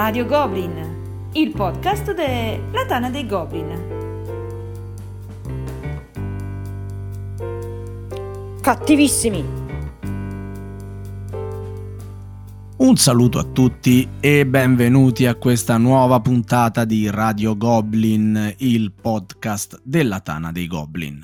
Radio Goblin, il podcast della Tana dei Goblin. Cattivissimi! Un saluto a tutti e benvenuti a questa nuova puntata di Radio Goblin, il podcast della Tana dei Goblin.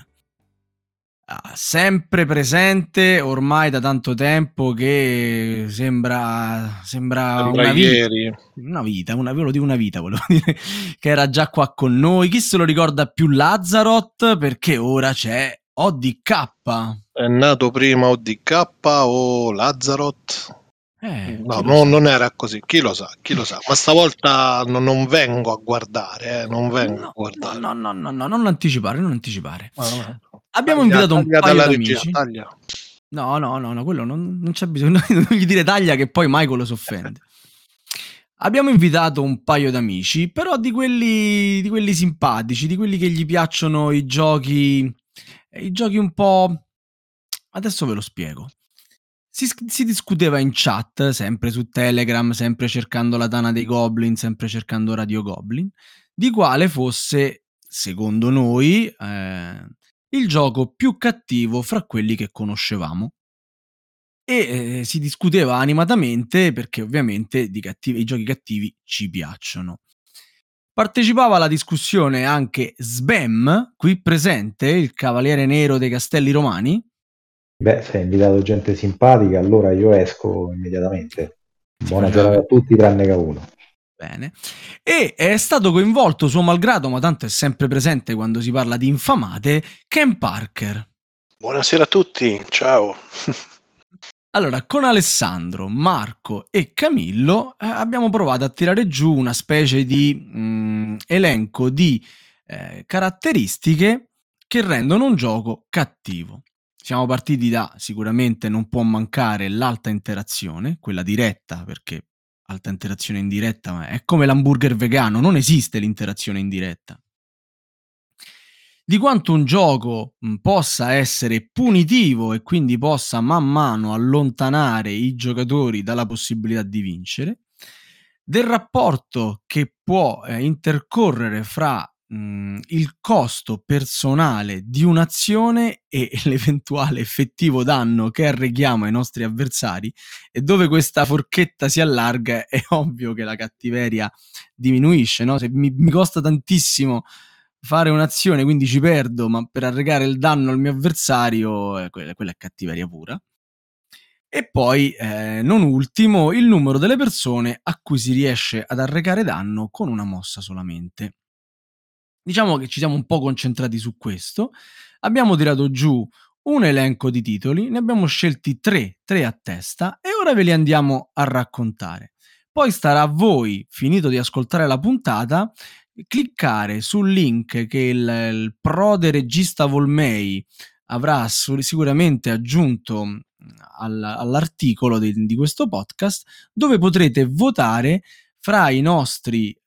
Sempre presente ormai da tanto tempo che sembra una ieri. Volevo dire che era già qua con noi. Chi se lo ricorda più Lazzarot? Perché ora c'è ODK. È nato prima ODK o Lazzarot? No, non era così, chi lo sa, ma stavolta non vengo a guardare, No, non anticipare. Abbiamo invitato un paio d'amici. No, quello non c'è bisogno, non gli dire taglia che poi Michael lo si offende. Abbiamo invitato un paio d'amici, però di quelli simpatici, di quelli che gli piacciono i giochi un po'... Adesso ve lo spiego. Si discuteva in chat, sempre su Telegram, sempre cercando la Tana dei Goblin, sempre cercando Radio Goblin, di quale fosse, secondo noi, il gioco più cattivo fra quelli che conoscevamo. E si discuteva animatamente perché ovviamente i giochi cattivi ci piacciono. Partecipava alla discussione anche Sbam, qui presente, il cavaliere nero dei Castelli Romani. Beh, se hai invitato gente simpatica, allora io esco immediatamente. Buona serata a tutti, tranne che a uno. Bene. E è stato coinvolto suo malgrado, ma tanto è sempre presente quando si parla di infamate, Ken Parker. Buonasera a tutti, ciao. Allora, con Alessandro, Marco e Camillo abbiamo provato a tirare giù una specie di elenco di caratteristiche che rendono un gioco cattivo. Siamo partiti da, sicuramente non può mancare l'alta interazione, quella diretta, perché alta interazione indiretta è come l'hamburger vegano, non esiste l'interazione indiretta. Di quanto un gioco possa essere punitivo e quindi possa man mano allontanare i giocatori dalla possibilità di vincere, del rapporto che può intercorrere fra il costo personale di un'azione e l'eventuale effettivo danno che arreghiamo ai nostri avversari, e dove questa forchetta si allarga è ovvio che la cattiveria diminuisce, no? Se mi costa tantissimo fare un'azione, quindi ci perdo, ma per arrecare il danno al mio avversario, quella è cattiveria pura. E poi, non ultimo, il numero delle persone a cui si riesce ad arrecare danno con una mossa solamente. Diciamo che ci siamo un po' concentrati su questo, abbiamo tirato giù un elenco di titoli, ne abbiamo scelti tre a testa, e ora ve li andiamo a raccontare. Poi starà a voi, finito di ascoltare la puntata, cliccare sul link che il prode regista Volmei avrà sicuramente aggiunto all'articolo di questo podcast, dove potrete votare fra i nostri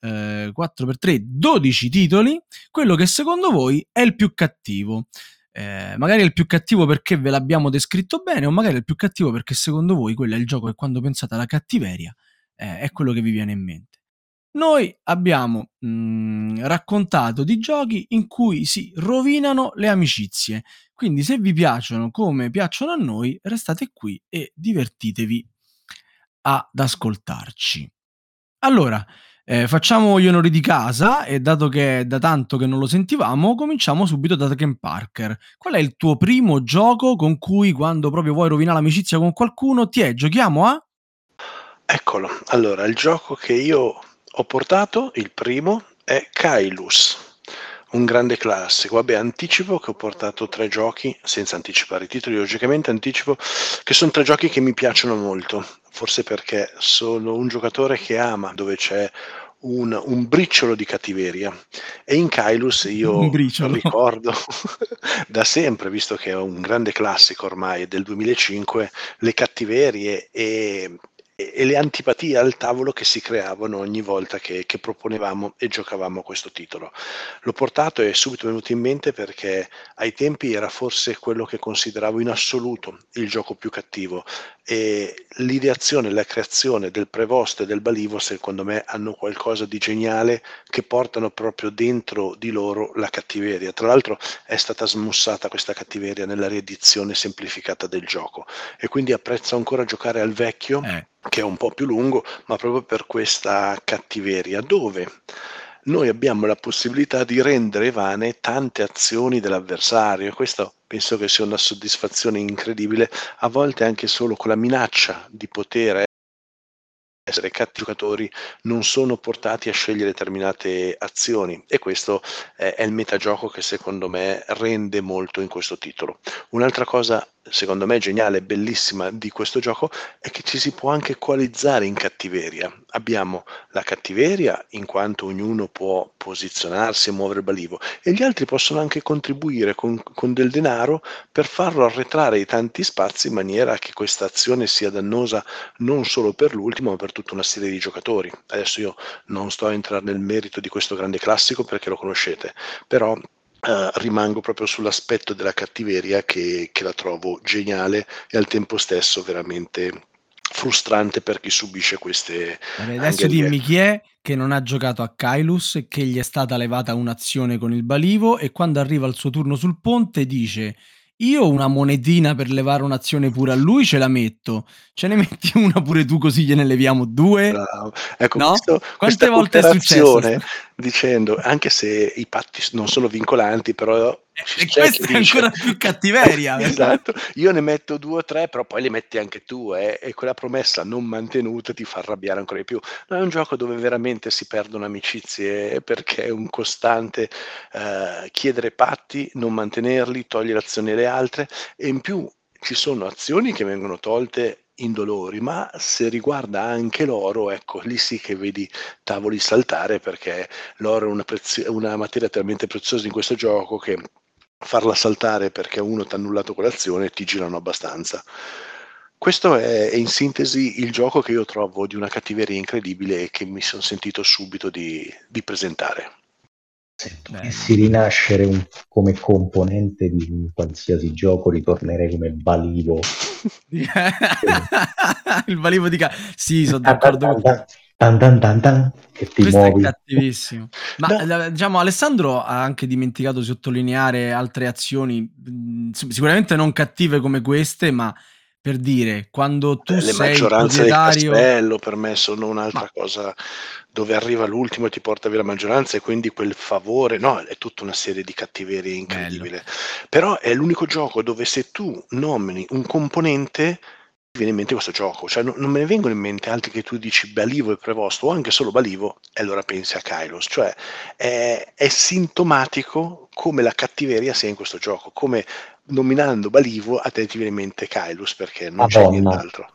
4x3 12 titoli quello che secondo voi è il più cattivo. Magari è il più cattivo perché ve l'abbiamo descritto bene, o magari è il più cattivo perché secondo voi quello è il gioco che quando pensate alla cattiveria è quello che vi viene in mente. Noi abbiamo raccontato di giochi in cui si rovinano le amicizie, quindi se vi piacciono come piacciono a noi, restate qui e divertitevi ad ascoltarci. Allora, facciamo gli onori di casa, e dato che è da tanto che non lo sentivamo, cominciamo subito da Ken Parker. Qual è il tuo primo gioco con cui, quando proprio vuoi rovinare l'amicizia con qualcuno, giochiamo a? Eccolo, allora il gioco che io ho portato, il primo, è Kailus, un grande classico. Vabbè, anticipo che ho portato 3 giochi, senza anticipare i titoli, logicamente anticipo che sono 3 giochi che mi piacciono molto, forse perché sono un giocatore che ama dove c'è un briciolo di cattiveria, e in Kailus io ricordo da sempre, visto che è un grande classico ormai del 2005, le cattiverie e e le antipatie al tavolo che si creavano ogni volta che proponevamo e giocavamo a questo titolo. L'ho portato e è subito venuto in mente perché ai tempi era forse quello che consideravo in assoluto il gioco più cattivo, e l'ideazione, la creazione del Prevost e del Balivo secondo me hanno qualcosa di geniale, che portano proprio dentro di loro la cattiveria. Tra l'altro è stata smussata questa cattiveria nella riedizione semplificata del gioco, e quindi apprezzo ancora giocare al vecchio, che è un po' più lungo, ma proprio per questa cattiveria, dove noi abbiamo la possibilità di rendere vane tante azioni dell'avversario. Questo penso che sia una soddisfazione incredibile, a volte anche solo con la minaccia di poter essere cattivi giocatori non sono portati a scegliere determinate azioni, e questo è il metagioco che secondo me rende molto in questo titolo. Un'altra cosa secondo me geniale e bellissima di questo gioco è che ci si può anche coalizzare in cattiveria. Abbiamo la cattiveria in quanto ognuno può posizionarsi e muovere il balivo, e gli altri possono anche contribuire con del denaro per farlo arretrare di tanti spazi, in maniera che questa azione sia dannosa non solo per l'ultimo, ma per tutta una serie di giocatori. Adesso io non sto a entrare nel merito di questo grande classico perché lo conoscete, però rimango proprio sull'aspetto della cattiveria che la trovo geniale e al tempo stesso veramente frustrante per chi subisce queste Vabbè, adesso angherie. dimmi chi è che non ha giocato a Kailus e che gli è stata levata un'azione con il balivo, e quando arriva il suo turno sul ponte dice: io una monetina per levare un'azione pure a lui ce la metto, ce ne metti una pure tu così gliene leviamo due? Bravo. Ecco, No? questa Quante volte è successo? cooperazione, dicendo, anche se i patti non sono vincolanti, però E c'è chi questa è dice ancora più cattiveria. esatto, io ne metto 2 o 3, però poi li metti anche tu, e quella promessa non mantenuta ti fa arrabbiare ancora di più. No, è un gioco dove veramente si perdono amicizie, perché è un costante chiedere patti, non mantenerli, togliere azioni alle altre, e in più ci sono azioni che vengono tolte indolori, ma se riguarda anche l'oro, ecco, lì sì che vedi tavoli saltare, perché l'oro è una materia talmente preziosa in questo gioco che farla saltare perché uno ti ha annullato quell'azione ti girano abbastanza. Questo è in sintesi il gioco che io trovo di una cattiveria incredibile e che mi sono sentito subito di presentare. Se dovessi rinascere come componente di un qualsiasi gioco, ritornerei come Balivo. Il balivo di sì, sono d'accordo con che ti questo muovi. è cattivissimo. Ma diciamo, Alessandro ha anche dimenticato di sottolineare altre azioni, sicuramente non cattive come queste, ma per dire, quando tu Le sei il maggioranze del proprietario, castello per me sono ma un'altra cosa, dove arriva l'ultimo e ti porta via la maggioranza, e quindi quel favore, no, è tutta una serie di cattiverie bello. incredibile. Però è l'unico gioco dove se tu nomini un componente ti viene in mente questo gioco, cioè non me ne vengono in mente altri che tu dici Balivo e Prevost, o anche solo Balivo, e allora pensi a Kylos. Cioè è sintomatico come la cattiveria sia in questo gioco, come nominando Balivo a te ti viene in mente Kylus, perché non c'è Madonna. nient'altro.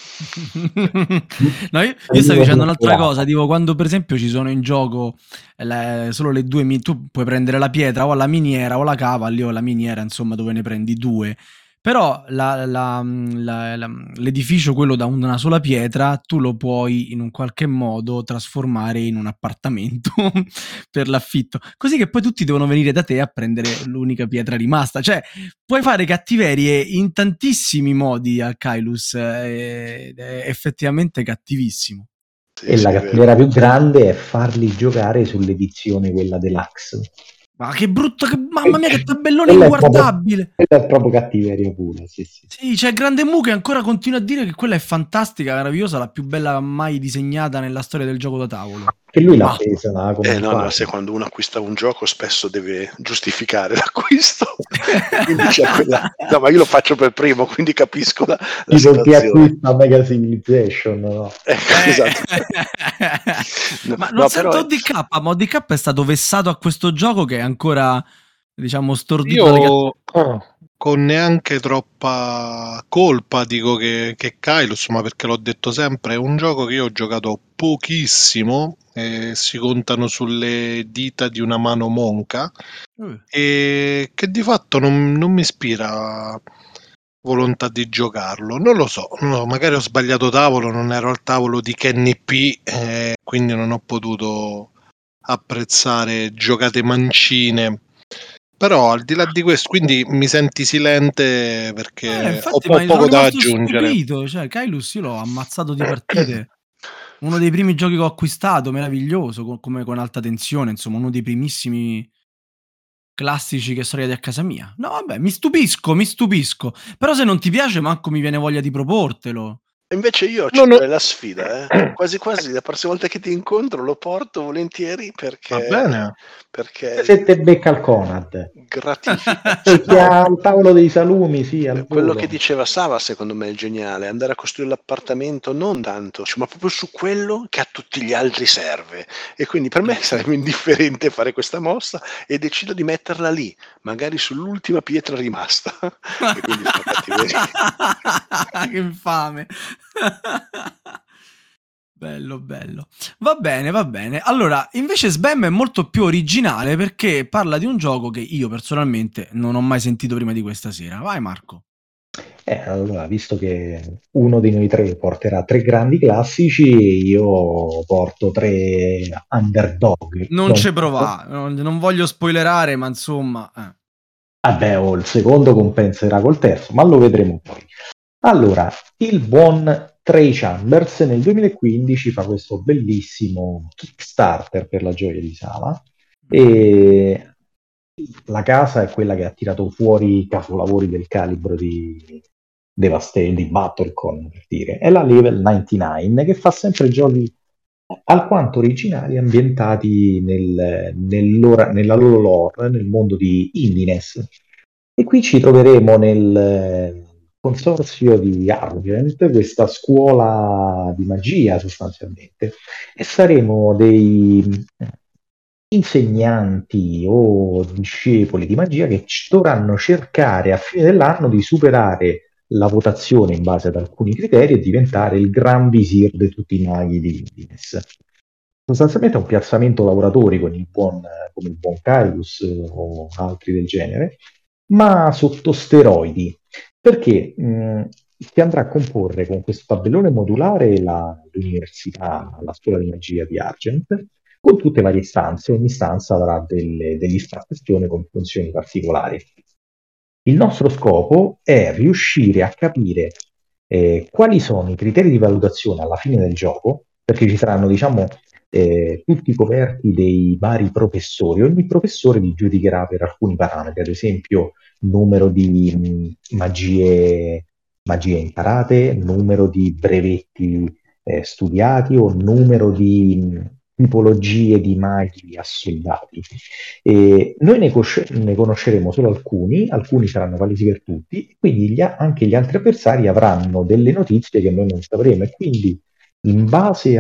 No, io stavo dicendo un'altra cosa, tipo quando per esempio ci sono in gioco solo le due, tu puoi prendere la pietra o la miniera o la cava, lì o la miniera, insomma, dove ne prendi due. Però l'edificio, quello da una sola pietra, tu lo puoi in un qualche modo trasformare in un appartamento per l'affitto, così che poi tutti devono venire da te a prendere l'unica pietra rimasta. Cioè, puoi fare cattiverie in tantissimi modi a Kailus, ed è effettivamente cattivissimo. Sì, E sì, la è cattiveria vero. più grande è farli giocare sull'edizione quella deluxe. Ma che brutto, mamma mia, che tabellone Quella inguardabile! Quella è proprio cattiveria pura, sì. Sì, c'è Grande Mu che ancora continua a dire che quella è fantastica, meravigliosa, la più bella mai disegnata nella storia del gioco da tavolo. Che lui l'ha Ma presa come No, se quando uno acquista un gioco spesso deve giustificare l'acquisto, quindi c'è quella... No, ma io lo faccio per primo, quindi capisco la tipo chi situazione. acquista Mega Civilization, no? Ecco, esatto. Ma non No, sento però... ODK, ma ODK è stato vessato a questo gioco che è ancora, diciamo, stordito dalle Io con neanche troppa colpa dico che Kylos, ma perché l'ho detto sempre, è un gioco che io ho giocato pochissimo, si contano sulle dita di una mano monca, e che di fatto non mi ispira volontà di giocarlo. Non lo so, magari ho sbagliato tavolo, non ero al tavolo di Kenny P, quindi non ho potuto apprezzare giocate mancine. Però al di là di questo, quindi mi senti silente perché ho infatti, ma sono poco da rimasto aggiungere. stupito. Cioè, Kailus io l'ho ammazzato di partite. Uno dei primi giochi che ho acquistato, meraviglioso, come con alta tensione, insomma, uno dei primissimi classici che sono arrivati a casa mia. No, vabbè, mi stupisco. Però se non ti piace, manco mi viene voglia di proportelo. Invece io No, no. accetterei la sfida, quasi quasi la prossima volta che ti incontro lo porto volentieri Va bene. perché Se te becca il Conad. gratifica. E chi ha al tavolo dei salumi, sì, al Quello volo. che diceva Sava secondo me è geniale, andare a costruire l'appartamento non tanto, ma proprio su quello che a tutti gli altri serve. E quindi per me sarebbe indifferente fare questa mossa e decido di metterla lì, magari sull'ultima pietra rimasta. E quindi fa cattiveria. Che infame. Bello. Va bene. Allora, invece Sbam è molto più originale perché parla di un gioco che io personalmente non ho mai sentito prima di questa sera. Vai Marco. Allora, visto che uno di noi tre porterà 3 grandi classici, io porto 3 underdog. Non ci provà, non voglio spoilerare, ma insomma... Vabbè, il secondo compenserà col terzo, ma lo vedremo poi. Allora, il buon Trey Chambers nel 2015 fa questo bellissimo Kickstarter per la gioia di Sava e la casa è quella che ha tirato fuori i capolavori del calibro di di Battlecon, per dire. È la Level 99 che fa sempre giochi alquanto originali ambientati nella loro lore, nel mondo di Indines. E qui ci troveremo nel consorzio di Argent, questa scuola di magia sostanzialmente, e saremo dei insegnanti o discepoli di magia che dovranno cercare a fine dell'anno di superare la votazione in base ad alcuni criteri e diventare il gran visir di tutti i maghi di Indines. Sostanzialmente è un piazzamento lavoratori come il buon Caius o altri del genere, ma sotto steroidi, perché si andrà a comporre con questo tabellone modulare l'università, la scuola di magia di Argent, con tutte varie stanze. Ogni stanza avrà degli spazi azione con funzioni particolari. Il nostro scopo è riuscire a capire quali sono i criteri di valutazione alla fine del gioco, perché ci saranno, diciamo, tutti coperti dei vari professori. Ogni professore vi giudicherà per alcuni parametri, ad esempio numero di magie imparate, numero di brevetti studiati o numero di tipologie di maghi assoldati. Noi ne conosceremo solo alcuni saranno palesi per tutti, quindi anche gli altri avversari avranno delle notizie che noi non sapremo e quindi in base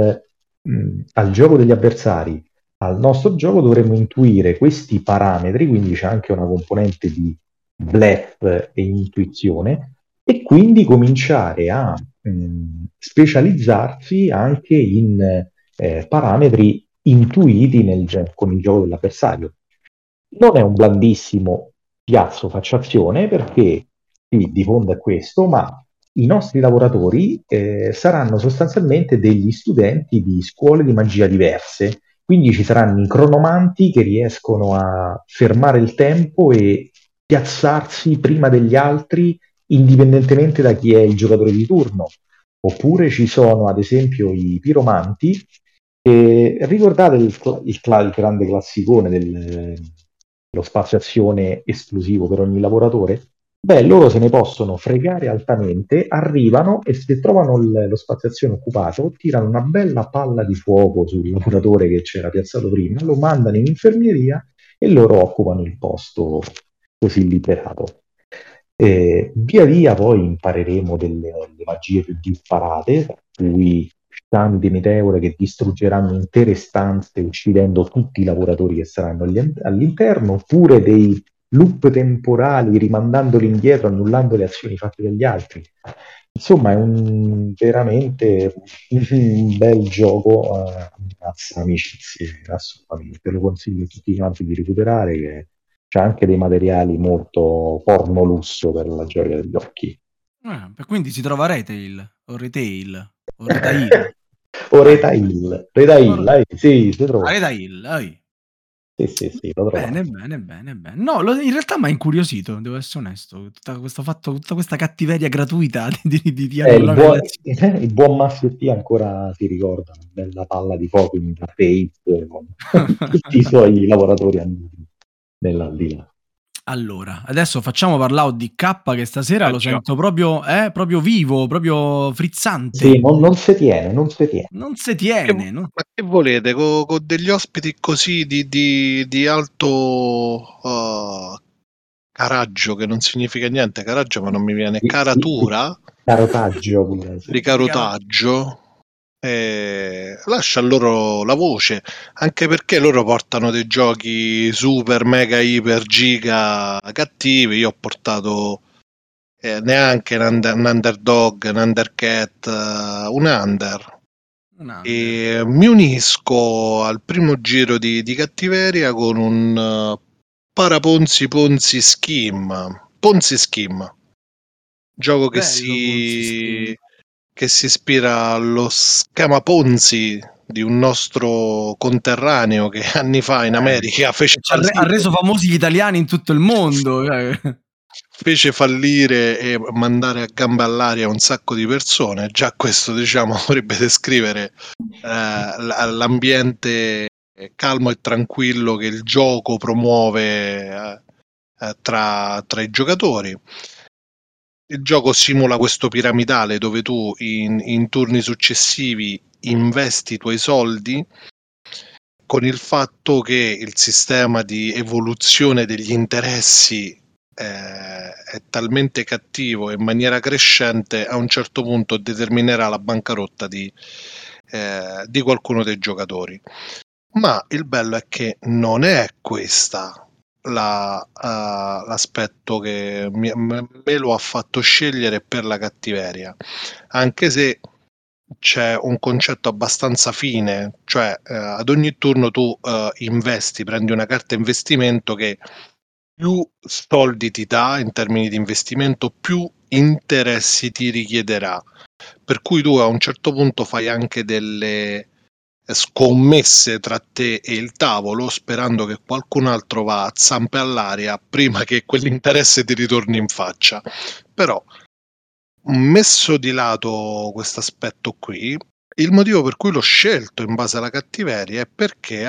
al gioco degli avversari, al nostro gioco dovremmo intuire questi parametri, quindi c'è anche una componente di bluff e intuizione, e quindi cominciare a specializzarsi anche in parametri intuiti con il gioco dell'avversario. Non è un blandissimo piazzo faccia azione perché sì, di fondo è questo, ma i nostri lavoratori saranno sostanzialmente degli studenti di scuole di magia diverse, quindi ci saranno i cronomanti che riescono a fermare il tempo e piazzarsi prima degli altri indipendentemente da chi è il giocatore di turno. Oppure ci sono ad esempio i piromanti. Ricordate il grande classicone dello spazio azione esclusivo per ogni lavoratore? Beh, loro se ne possono fregare altamente, arrivano e se trovano lo spazio azione occupato, tirano una bella palla di fuoco sul lavoratore che c'era piazzato prima, lo mandano in infermieria e loro occupano il posto così liberato. Via via poi impareremo delle magie più disparate, tra cui sciami di meteore che distruggeranno intere stanze uccidendo tutti i lavoratori che saranno all'interno, oppure dei loop temporali rimandandoli indietro, annullando le azioni fatte dagli altri. Insomma, è veramente un bel gioco, ammazza amicizie, assolutamente. Lo consiglio a tutti quanti di recuperare, che c'è anche dei materiali molto porno lusso per la gioia degli occhi. Quindi si trova retail o retail o retail. O Retail, sì, si trova. Retail, Sì, lo bene, trovate. bene. No, in realtà mi ha incuriosito, devo essere onesto. Tutta questa cattiveria gratuita di Il annullare le buon, lezioni. il buon Massimo T ancora si ricorda una bella palla di fuoco in interface con tutti i suoi lavoratori andati nell'aldilà. Allora, adesso facciamo parlare di K che stasera lo già. sento proprio vivo, proprio frizzante. Sì, non si tiene. Non si tiene. Ma che volete? Con degli ospiti così di alto caraggio, che non significa niente, caraggio, ma non mi viene, caratura, Carotaggio pure, sì. di carotaggio, lascia loro la voce, anche perché loro portano dei giochi super, mega, iper, giga cattivi. Io ho portato neanche un underdog, un undercat, un under. E mi unisco al primo giro di cattiveria con un Paraponzi Ponzi Scheme. Ponzi Scheme, gioco che Bello, Ponzi Scheme. si ispira allo schema Ponzi di un nostro conterraneo che anni fa in America fece Ha reso famosi gli italiani in tutto il mondo. fece fallire e mandare a gambe all'aria un sacco di persone. Già questo, diciamo, dovrebbe descrivere l'ambiente calmo e tranquillo che il gioco promuove tra i giocatori. Il gioco simula questo piramidale dove tu in turni successivi investi i tuoi soldi, con il fatto che il sistema di evoluzione degli interessi è talmente cattivo e in maniera crescente, a un certo punto determinerà la bancarotta di qualcuno dei giocatori. Ma il bello è che non è questa l'aspetto che me lo ha fatto scegliere per la cattiveria, anche se c'è un concetto abbastanza fine, cioè ad ogni turno tu investi, prendi una carta investimento che più soldi ti dà in termini di investimento, più interessi ti richiederà, per cui tu a un certo punto fai anche delle scommesse tra te e il tavolo, sperando che qualcun altro va a zampe all'aria prima che quell'interesse ti ritorni in faccia. Però, messo di lato questo aspetto qui, il motivo per cui l'ho scelto in base alla cattiveria è perché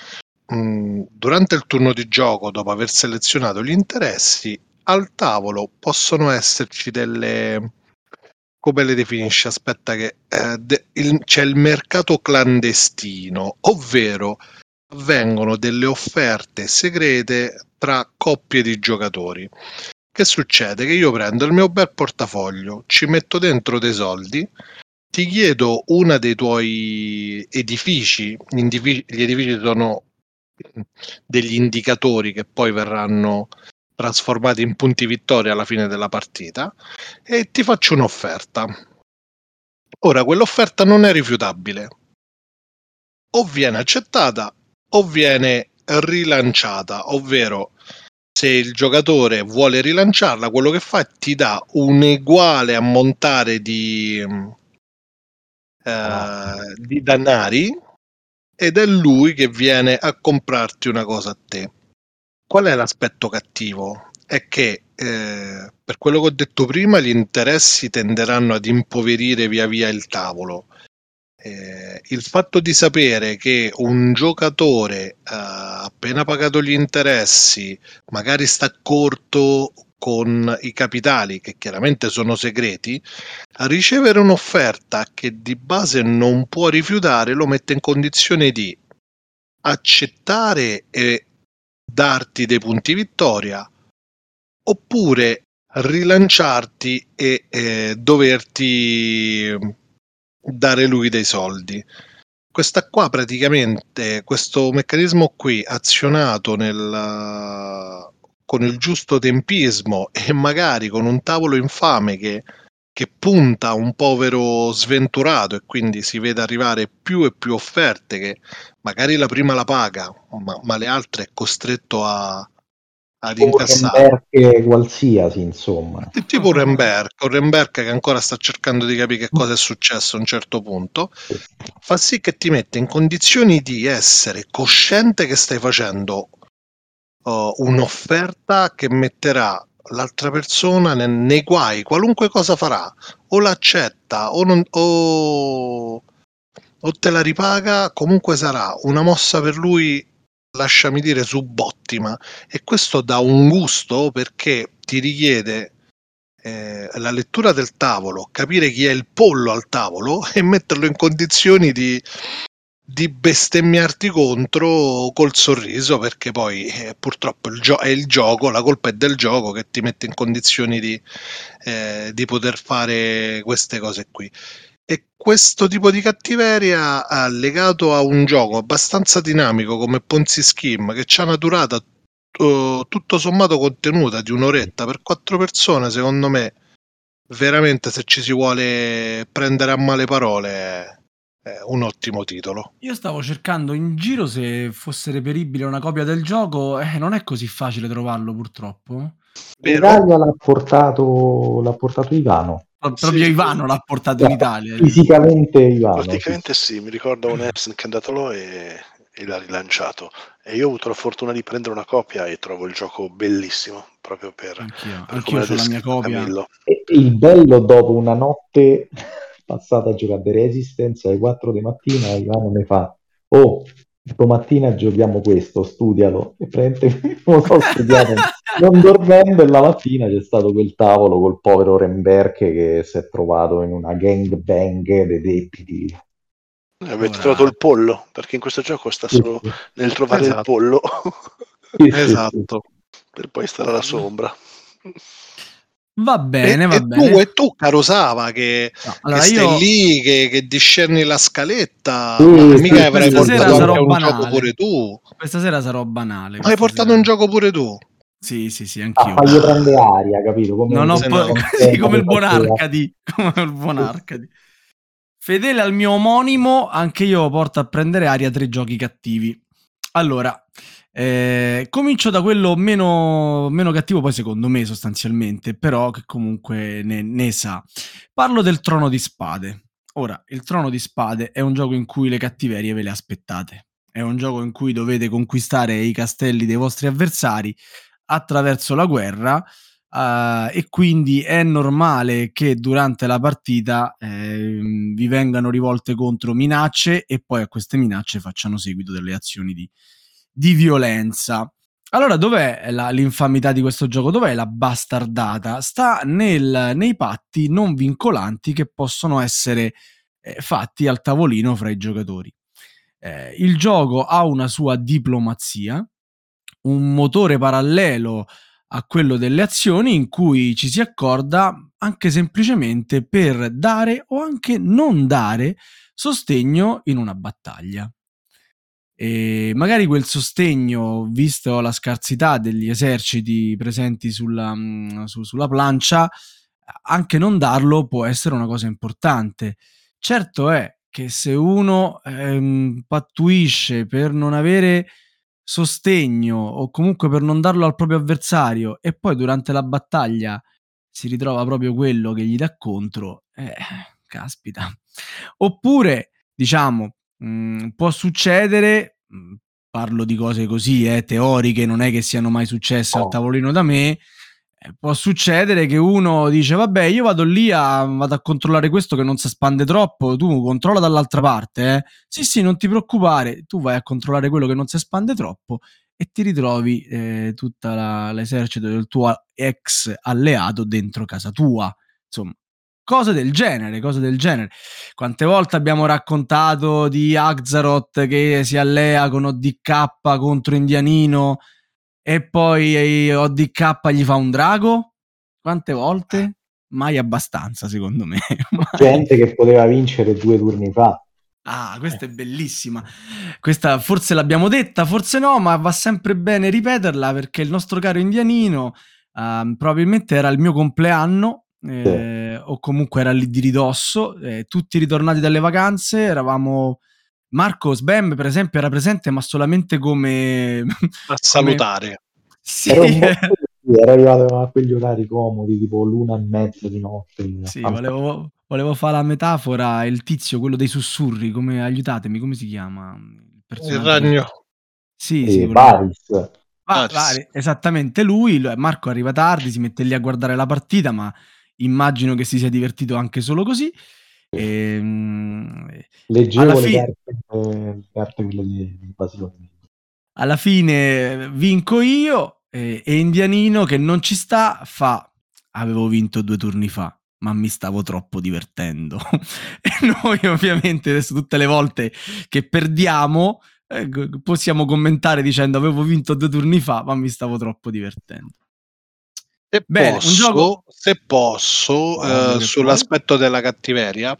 durante il turno di gioco, dopo aver selezionato gli interessi, al tavolo possono esserci delle... Come le definisci? Aspetta che c'è il mercato clandestino, ovvero avvengono delle offerte segrete tra coppie di giocatori. Che succede? Che io prendo il mio bel portafoglio, ci metto dentro dei soldi, ti chiedo uno dei tuoi edifici, gli edifici sono degli indicatori che poi verranno trasformati in punti vittoria alla fine della partita, e ti faccio un'offerta. Ora, quell'offerta non è rifiutabile, o viene accettata o viene rilanciata, ovvero se il giocatore vuole rilanciarla, quello che fa è ti dà un uguale ammontare di danari, ed è lui che viene a comprarti una cosa a te. Qual è l'aspetto cattivo? È che per quello che ho detto prima, gli interessi tenderanno ad impoverire via via il tavolo. Il fatto di sapere che un giocatore appena pagato gli interessi magari sta corto con i capitali, che chiaramente sono segreti, a ricevere un'offerta che di base non può rifiutare lo mette in condizione di accettare e darti dei punti vittoria, oppure rilanciarti e doverti dare lui dei soldi. Questa qua praticamente, questo meccanismo qui azionato con il giusto tempismo e magari con un tavolo infame che punta a un povero sventurato, e quindi si vede arrivare più e più offerte, che magari la prima la paga, ma le altre è costretto a ad tipo un incassare. Remberg qualsiasi, insomma. È tipo un Remberg che ancora sta cercando di capire che cosa è successo a un certo punto, fa sì che ti mette in condizioni di essere cosciente che stai facendo un'offerta che metterà l'altra persona nei guai, qualunque cosa farà, o l'accetta o te la ripaga, comunque sarà una mossa per lui, lasciami dire, subottima, e questo dà un gusto perché ti richiede la lettura del tavolo, capire chi è il pollo al tavolo e metterlo in condizioni di bestemmiarti contro col sorriso, perché poi purtroppo è il gioco, la colpa è del gioco che ti mette in condizioni di poter fare queste cose qui. E questo tipo di cattiveria legato a un gioco abbastanza dinamico come Ponzi Scheme, che c'ha una durata tutto sommato contenuta di un'oretta per 4 persone, secondo me veramente, se ci si vuole prendere a male parole, è un ottimo titolo. Io stavo cercando in giro se fosse reperibile una copia del gioco, non è così facile trovarlo purtroppo. In Vero? Italia l'ha portato Ivano. Proprio Sì, Ivano l'ha portato in Italia. Fisicamente Ivano. praticamente sì, mi ricordo un Epson che è andato là e l'ha rilanciato. E io ho avuto la fortuna di prendere una copia e trovo il gioco bellissimo, proprio per Anch'io come l'ha ho la mia descritto copia. Camillo. E il bello, dopo una notte passata a giocare The Resistance alle 4 di mattina, Ivano mi fa: oh, domattina giochiamo questo, studialo. E praticamente lo so studiato non dormendo, e la mattina c'è stato quel tavolo col povero Remberg che si è trovato in una gangbang dei debiti. Avete Ora- trovato il pollo? Perché in questo gioco sta solo nel trovare il Esatto. pollo Sì, sì, Esatto. per poi stare alla sombra. Va bene, va E bene. tu, caro Sava, che Allora stai io lì, che discerni la scaletta, Sì, ma sì, mica sì, avrai questa sera portato sarò anche un gioco banale. pure tu. Questa sera sarò banale. Ma hai questa portato sera. un gioco pure tu? Sì, a anch'io. fargli prendere aria, capito? Come Non ho Se no. sì, come il buon faceva. Arcadi. Come il buon Arcadi. Fedele al mio omonimo, anche io porto a prendere aria 3 giochi cattivi. Allora, comincio da quello meno cattivo, poi secondo me sostanzialmente, però che comunque ne sa. Parlo del Trono di Spade. Ora, il Trono di Spade è un gioco in cui le cattiverie ve le aspettate. È un gioco in cui dovete conquistare i castelli dei vostri avversari attraverso la guerra, e quindi è normale che durante la partita vi vengano rivolte contro minacce e poi a queste minacce facciano seguito delle azioni di violenza. Allora, dov'è l'infamità di questo gioco? Dov'è la bastardata? Sta nei patti non vincolanti che possono essere fatti al tavolino fra i giocatori. Il gioco ha una sua diplomazia, un motore parallelo a quello delle azioni in cui ci si accorda anche semplicemente per dare o anche non dare sostegno in una battaglia. E magari quel sostegno, visto la scarsità degli eserciti presenti sulla plancia, anche non darlo può essere una cosa importante. Certo è che se uno pattuisce per non avere sostegno o comunque per non darlo al proprio avversario e poi durante la battaglia si ritrova proprio quello che gli dà contro, caspita. Oppure, diciamo, può succedere, parlo di cose così, teoriche, non è che siano mai successe al tavolino da me, può succedere che uno dice vabbè io vado a controllare questo che non si espande troppo, tu controlla dall'altra parte, sì non ti preoccupare, tu vai a controllare quello che non si espande troppo e ti ritrovi tutto l'esercito del tuo ex alleato dentro casa tua, insomma cose del genere. Quante volte abbiamo raccontato di Axaroth che si allea con ODK contro Indianino e poi ODK gli fa un drago? Quante volte? Mai abbastanza, secondo me. Gente che poteva vincere 2 turni fa. Ah, questa è bellissima. Questa forse l'abbiamo detta, forse no, ma va sempre bene ripeterla perché il nostro caro Indianino probabilmente era il mio compleanno, o comunque era lì di ridosso, tutti ritornati dalle vacanze, eravamo... Marco Sbem, per esempio, era presente, ma solamente come... A salutare. Sì, Era un po' così, era arrivato a quegli orari comodi, tipo l'1:30 di notte. sì, Fantastico. volevo fare la metafora, il tizio, quello dei sussurri, come aiutatemi, come si chiama? Il Il personaggio del... ragno. Sì, sì, E quello là. Varys, Aris. Esattamente lui, Marco arriva tardi, si mette lì a guardare la partita, ma immagino che si sia divertito anche solo così. Alla leggevo fine... le carte quelle di invasione. Alla fine vinco io e Indianino che non ci sta fa avevo vinto 2 turni fa ma mi stavo troppo divertendo e noi ovviamente adesso tutte le volte che perdiamo possiamo commentare dicendo avevo vinto 2 turni fa ma mi stavo troppo divertendo. Bene, un gioco... Se posso, Ovvio che puoi. sull'aspetto della cattiveria,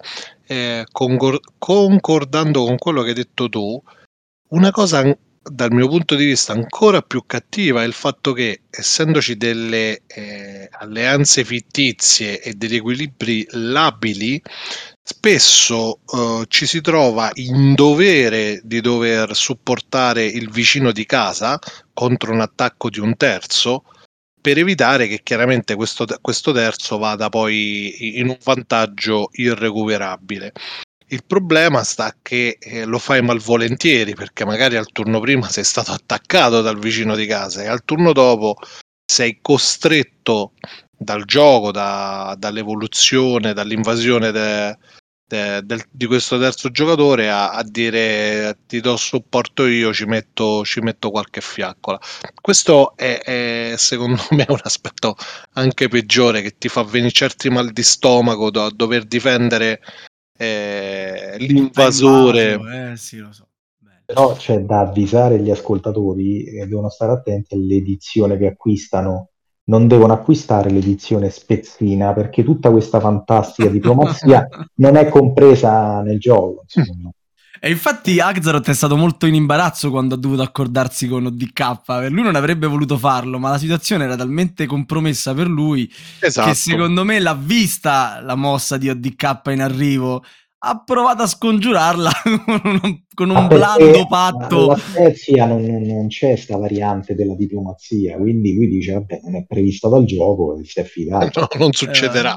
concordando con quello che hai detto tu, una cosa dal mio punto di vista ancora più cattiva è il fatto che, essendoci delle alleanze fittizie e degli equilibri labili, spesso ci si trova in dovere di dover supportare il vicino di casa contro un attacco di un terzo per evitare che chiaramente questo terzo vada poi in un vantaggio irrecuperabile. Il problema sta che lo fai malvolentieri perché magari al turno prima sei stato attaccato dal vicino di casa e al turno dopo sei costretto dal gioco, dall'evoluzione, dall'invasione di questo terzo giocatore a dire ti do supporto io, ci metto qualche fiaccola. Questo è secondo me un aspetto anche peggiore che ti fa venire certi mal di stomaco da dover difendere Chi t'ha l'invasore. invaso? Sì, lo so. Bene. Però c'è da avvisare gli ascoltatori che devono stare attenti all'edizione che acquistano. Non devono acquistare l'edizione spezzina perché tutta questa fantastica diplomazia non è compresa nel gioco, insomma. E infatti Axaroth è stato molto in imbarazzo quando ha dovuto accordarsi con ODK. Lui non avrebbe voluto farlo, ma la situazione era talmente compromessa per lui che Esatto. secondo me l'ha vista la mossa di ODK in arrivo. Ha provato a scongiurarla con Ma un blando perché patto. alla Spezia non c'è sta variante della diplomazia, quindi lui dice, vabbè, non è prevista dal gioco e si è fidato. No, non succederà.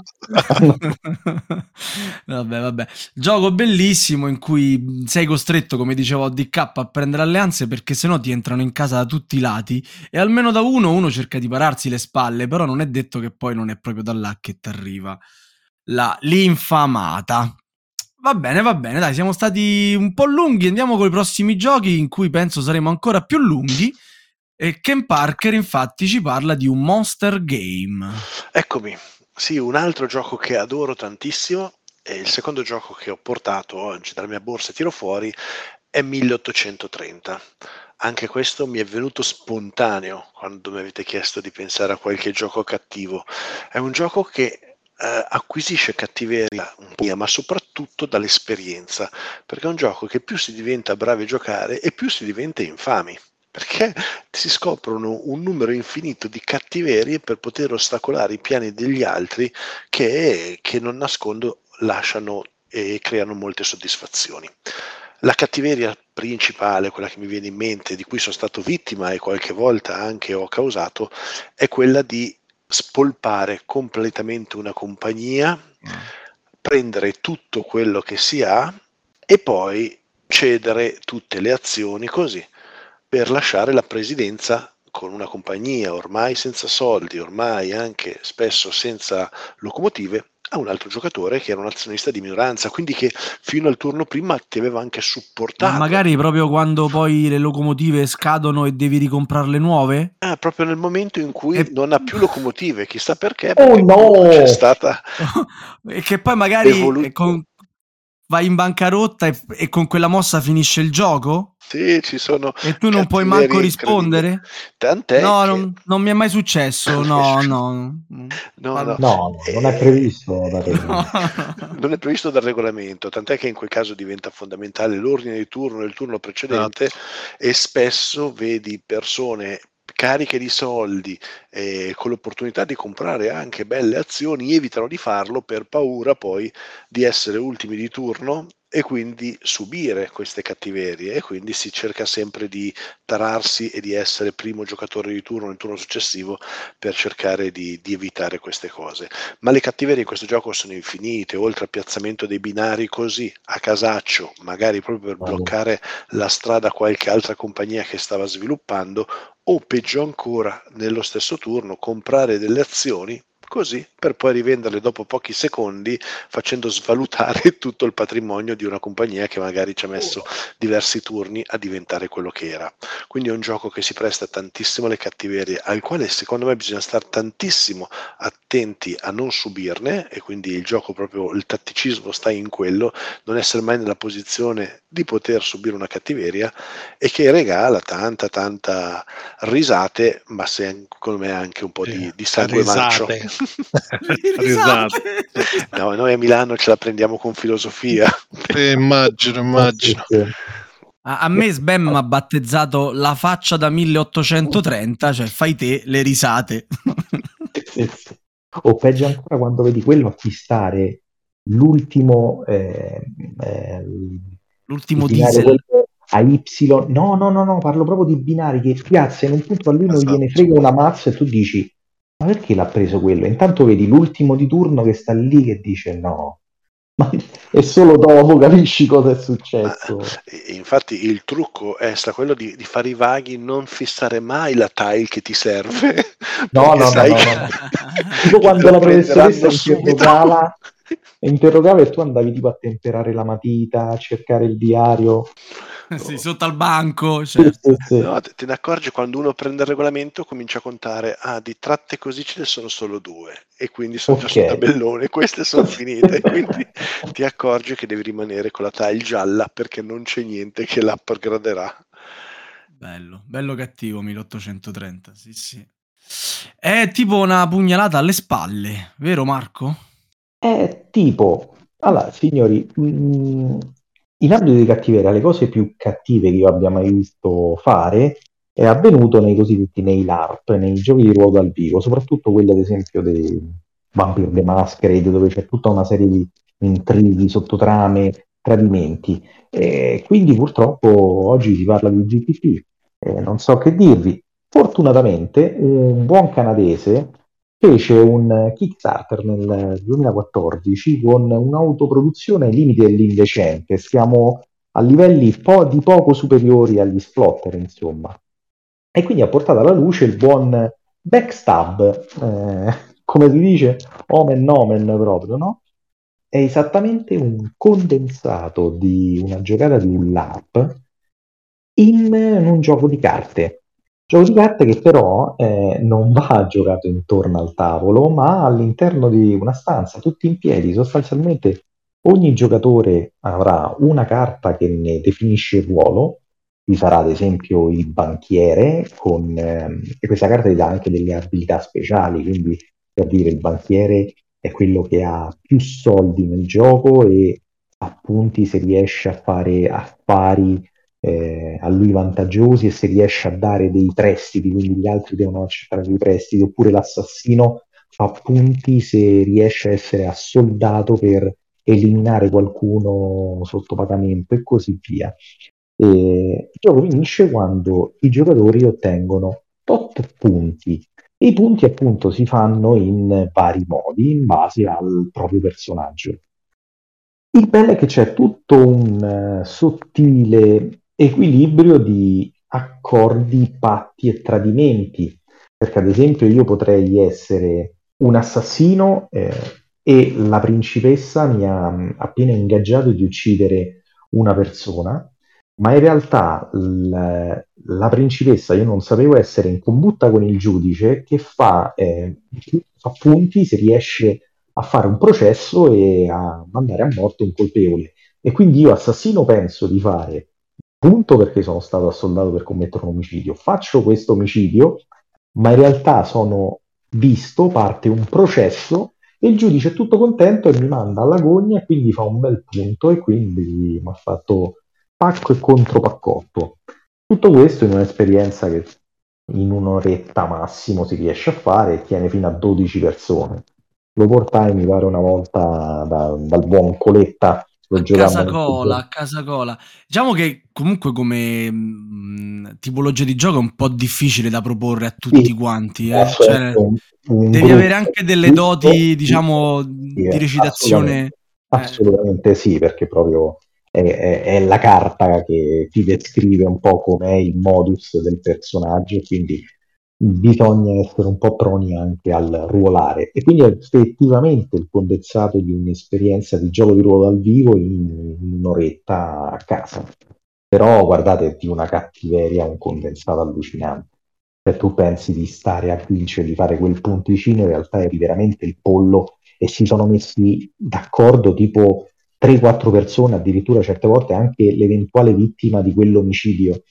Vabbè. Gioco bellissimo in cui sei costretto, come dicevo, DK a prendere alleanze perché sennò ti entrano in casa da tutti i lati e almeno da uno cerca di pararsi le spalle, però non è detto che poi non è proprio da là che ti arriva l'infamata. Va bene, dai, siamo stati un po' lunghi, andiamo con i prossimi giochi in cui penso saremo ancora più lunghi. E Ken Parker infatti ci parla di un monster game. Eccomi, sì, un altro gioco che adoro tantissimo e il secondo gioco che ho portato oggi dalla mia borsa e tiro fuori è 1830. Anche questo mi è venuto spontaneo quando mi avete chiesto di pensare a qualche gioco cattivo. È un gioco che acquisisce cattiveria un po', ma soprattutto dall'esperienza, perché è un gioco che più si diventa bravi a giocare e più si diventa infami. Perché si scoprono un numero infinito di cattiverie per poter ostacolare i piani degli altri che non nascondo lasciano e creano molte soddisfazioni. La cattiveria principale, quella che mi viene in mente, di cui sono stato vittima e qualche volta anche ho causato, è quella di spolpare completamente una compagnia, prendere tutto quello che si ha e poi cedere tutte le azioni così per lasciare la presidenza con una compagnia ormai senza soldi, ormai anche spesso senza locomotive, a un altro giocatore che era un azionista di minoranza, quindi che fino al turno prima ti aveva anche Ma supportato. magari proprio quando poi le locomotive scadono e devi ricomprarle nuove? Proprio nel momento in cui E... non ha più locomotive, chissà perché, Oh perché comunque c'è no! stata e che poi magari evoluzione. vai in bancarotta e con quella mossa finisce il gioco? Sì, ci sono E tu non puoi manco cattiverie incredibili. rispondere? Tant'è No, che non mi è mai successo. No. no, no, No, non è previsto dal No. regolamento. non è previsto dal regolamento, tant'è che in quel caso diventa fondamentale l'ordine di turno del turno precedente Esatto. e spesso vedi persone cariche di soldi con l'opportunità di comprare anche belle azioni, evitano di farlo per paura poi di essere ultimi di turno e quindi subire queste cattiverie, e quindi si cerca sempre di tararsi e di essere primo giocatore di turno nel turno successivo per cercare di evitare queste cose. Ma le cattiverie in questo gioco sono infinite, oltre al piazzamento dei binari così a casaccio, magari proprio per bloccare la strada a qualche altra compagnia che stava sviluppando, o peggio ancora, nello stesso turno comprare delle azioni così per poi rivenderle dopo pochi secondi, facendo svalutare tutto il patrimonio di una compagnia che magari ci ha messo diversi turni a diventare quello che era. Quindi è un gioco che si presta tantissimo alle cattiverie, al quale secondo me bisogna stare tantissimo attenti a non subirne, e quindi il gioco, proprio il tatticismo sta in quello, non essere mai nella posizione di poter subire una cattiveria, e che regala tanta risate, ma secondo me anche un po' di sangue mancio. Risate. No, noi a Milano ce la prendiamo con filosofia. Immagino. A me Sbam mi ha battezzato la faccia da 1830, cioè fai te le risate. Sì. O peggio ancora quando vedi quello acquistare l'ultimo L'ultimo il binario diesel. quello a Y. No, parlo proprio di binari che piazza in un punto, a lui non gliene Esatto. frega una mazza e tu dici ma perché l'ha preso quello? Intanto vedi l'ultimo di turno che sta lì che dice no, ma e solo dopo capisci cosa è successo. Infatti il trucco sta quello di fare i vaghi, non fissare mai la tile che ti serve, perché sai No. Tipo che te quando lo la professoressa prenderanno subito. interrogava e tu andavi tipo a temperare la matita, a cercare il diario. Sì, sotto al banco, certo. Sì. No, te ne accorgi quando uno prende il regolamento, comincia a contare, di tratte così ce ne sono solo 2, e quindi sono già sul Ok. tabellone, queste sono finite, quindi ti accorgi che devi rimanere con la tile gialla perché non c'è niente che l'upgraderà. Bello cattivo 1830, sì. È tipo una pugnalata alle spalle, vero Marco? È tipo, allora, signori, in ambito di cattiveria, le cose più cattive che io abbia mai visto fare è avvenuto nei LARP, nei giochi di ruolo dal vivo, soprattutto quelli ad esempio dei Vampire the Masquerade, dove c'è tutta una serie di intrighi, sottotrame, tradimenti. E quindi purtroppo oggi si parla di GTP, non so che dirvi. Fortunatamente un buon canadese fece un Kickstarter nel 2014 con un'autoproduzione ai limiti dell'indecente. Siamo a livelli di poco superiori agli Splotter, insomma. E quindi ha portato alla luce il buon Backstab, come si dice, omen nomen proprio, no? È esattamente un condensato di una giocata di un LARP in un gioco di carte. Gioco di carte che però non va giocato intorno al tavolo, ma all'interno di una stanza, tutti in piedi. Sostanzialmente ogni giocatore avrà una carta che ne definisce il ruolo. Vi sarà ad esempio il banchiere, e questa carta gli dà anche delle abilità speciali, quindi per dire il banchiere è quello che ha più soldi nel gioco e appunti se riesce a fare affari a lui vantaggiosi, e se riesce a dare dei prestiti, quindi gli altri devono accettare dei prestiti, oppure l'assassino fa punti se riesce a essere assoldato per eliminare qualcuno sotto pagamento e così via. Il gioco finisce quando i giocatori ottengono tot punti. E i punti appunto si fanno in vari modi in base al proprio personaggio. Il bello è che c'è tutto un sottile equilibrio di accordi, patti e tradimenti, perché ad esempio io potrei essere un assassino e la principessa mi ha appena ingaggiato di uccidere una persona, ma in realtà la principessa io non sapevo essere in combutta con il giudice che fa punti se riesce a fare un processo e a mandare a morte un colpevole. E quindi io, assassino, penso di fare punto perché sono stato assoldato per commettere un omicidio. Faccio questo omicidio, ma in realtà parte un processo e il giudice è tutto contento e mi manda alla gogna e quindi fa un bel punto e quindi mi ha fatto pacco e contropaccotto. Tutto questo in un'esperienza che in un'oretta massimo si riesce a fare e tiene fino a 12 persone. Lo portai, mi pare, una volta dal buon Coletta lo A giocammo casacola, molto. a casacola. Diciamo che comunque come tipologia di gioco è un po' difficile da proporre a tutti Sì, quanti, assolutamente cioè un devi avere gruppo anche delle giusto, doti, sì, diciamo, sì, di assolutamente, recitazione. assolutamente sì, perché proprio è la carta che ti descrive un po' com'è il modus del personaggio, e quindi bisogna essere un po' proni anche al ruolare. E quindi è effettivamente il condensato di un'esperienza di gioco di ruolo dal vivo in un'oretta a casa. Però guardate, di una cattiveria, un condensato allucinante. Se tu pensi di stare a vincere, di fare quel punticino, in realtà eri veramente il pollo e si sono messi d'accordo tipo 3-4 persone, addirittura certe volte anche l'eventuale vittima di quell'omicidio.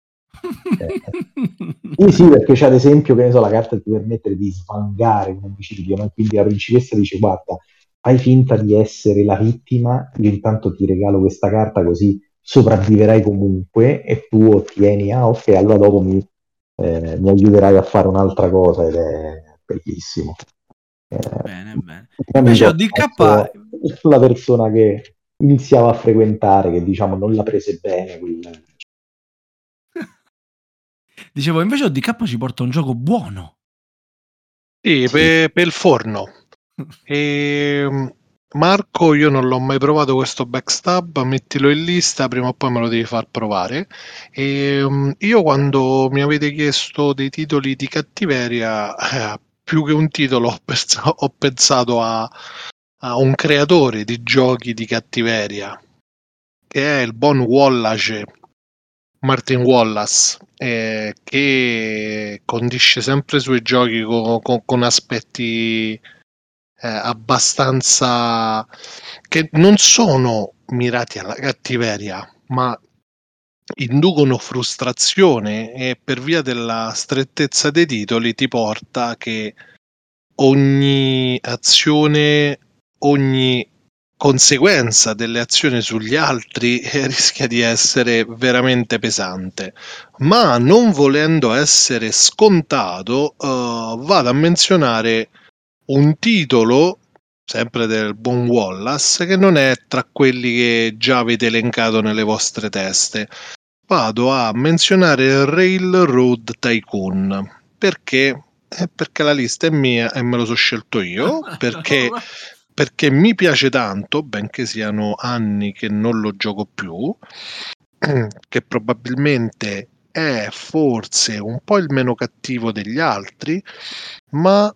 Sì, sì, perché c'è ad esempio, che ne so, la carta che ti permette di svangare un omicidio, no? Quindi la principessa dice, guarda, fai finta di essere la vittima, io intanto ti regalo questa carta così sopravviverai comunque e tu ottieni, ah ok, allora dopo mi aiuterai a fare un'altra cosa ed è bellissimo. Bene, bene. Un Invece amico ODK, la persona che iniziava a frequentare, che diciamo non la prese bene, dicevo, invece ODK ci porta un gioco buono. Sì, sì. per il forno. Marco, io non l'ho mai provato questo backstab, mettilo in lista, prima o poi me lo devi far provare. Io quando mi avete chiesto dei titoli di cattiveria, più che un titolo ho pensato a un creatore di giochi di cattiveria, che è il buon Wallace, Martin Wallace, che condisce sempre i suoi giochi con aspetti abbastanza che non sono mirati alla cattiveria, ma inducono frustrazione e per via della strettezza dei titoli ti porta che ogni azione, ogni conseguenza delle azioni sugli altri rischia di essere veramente pesante. Ma non volendo essere scontato, vado a menzionare un titolo, sempre del buon Wallace, che non è tra quelli che già avete elencato nelle vostre teste. Vado a menzionare Railroad Tycoon. Perché? Perché la lista è mia e me lo so scelto io, perché mi piace tanto, benché siano anni che non lo gioco più, che probabilmente è forse un po' il meno cattivo degli altri, ma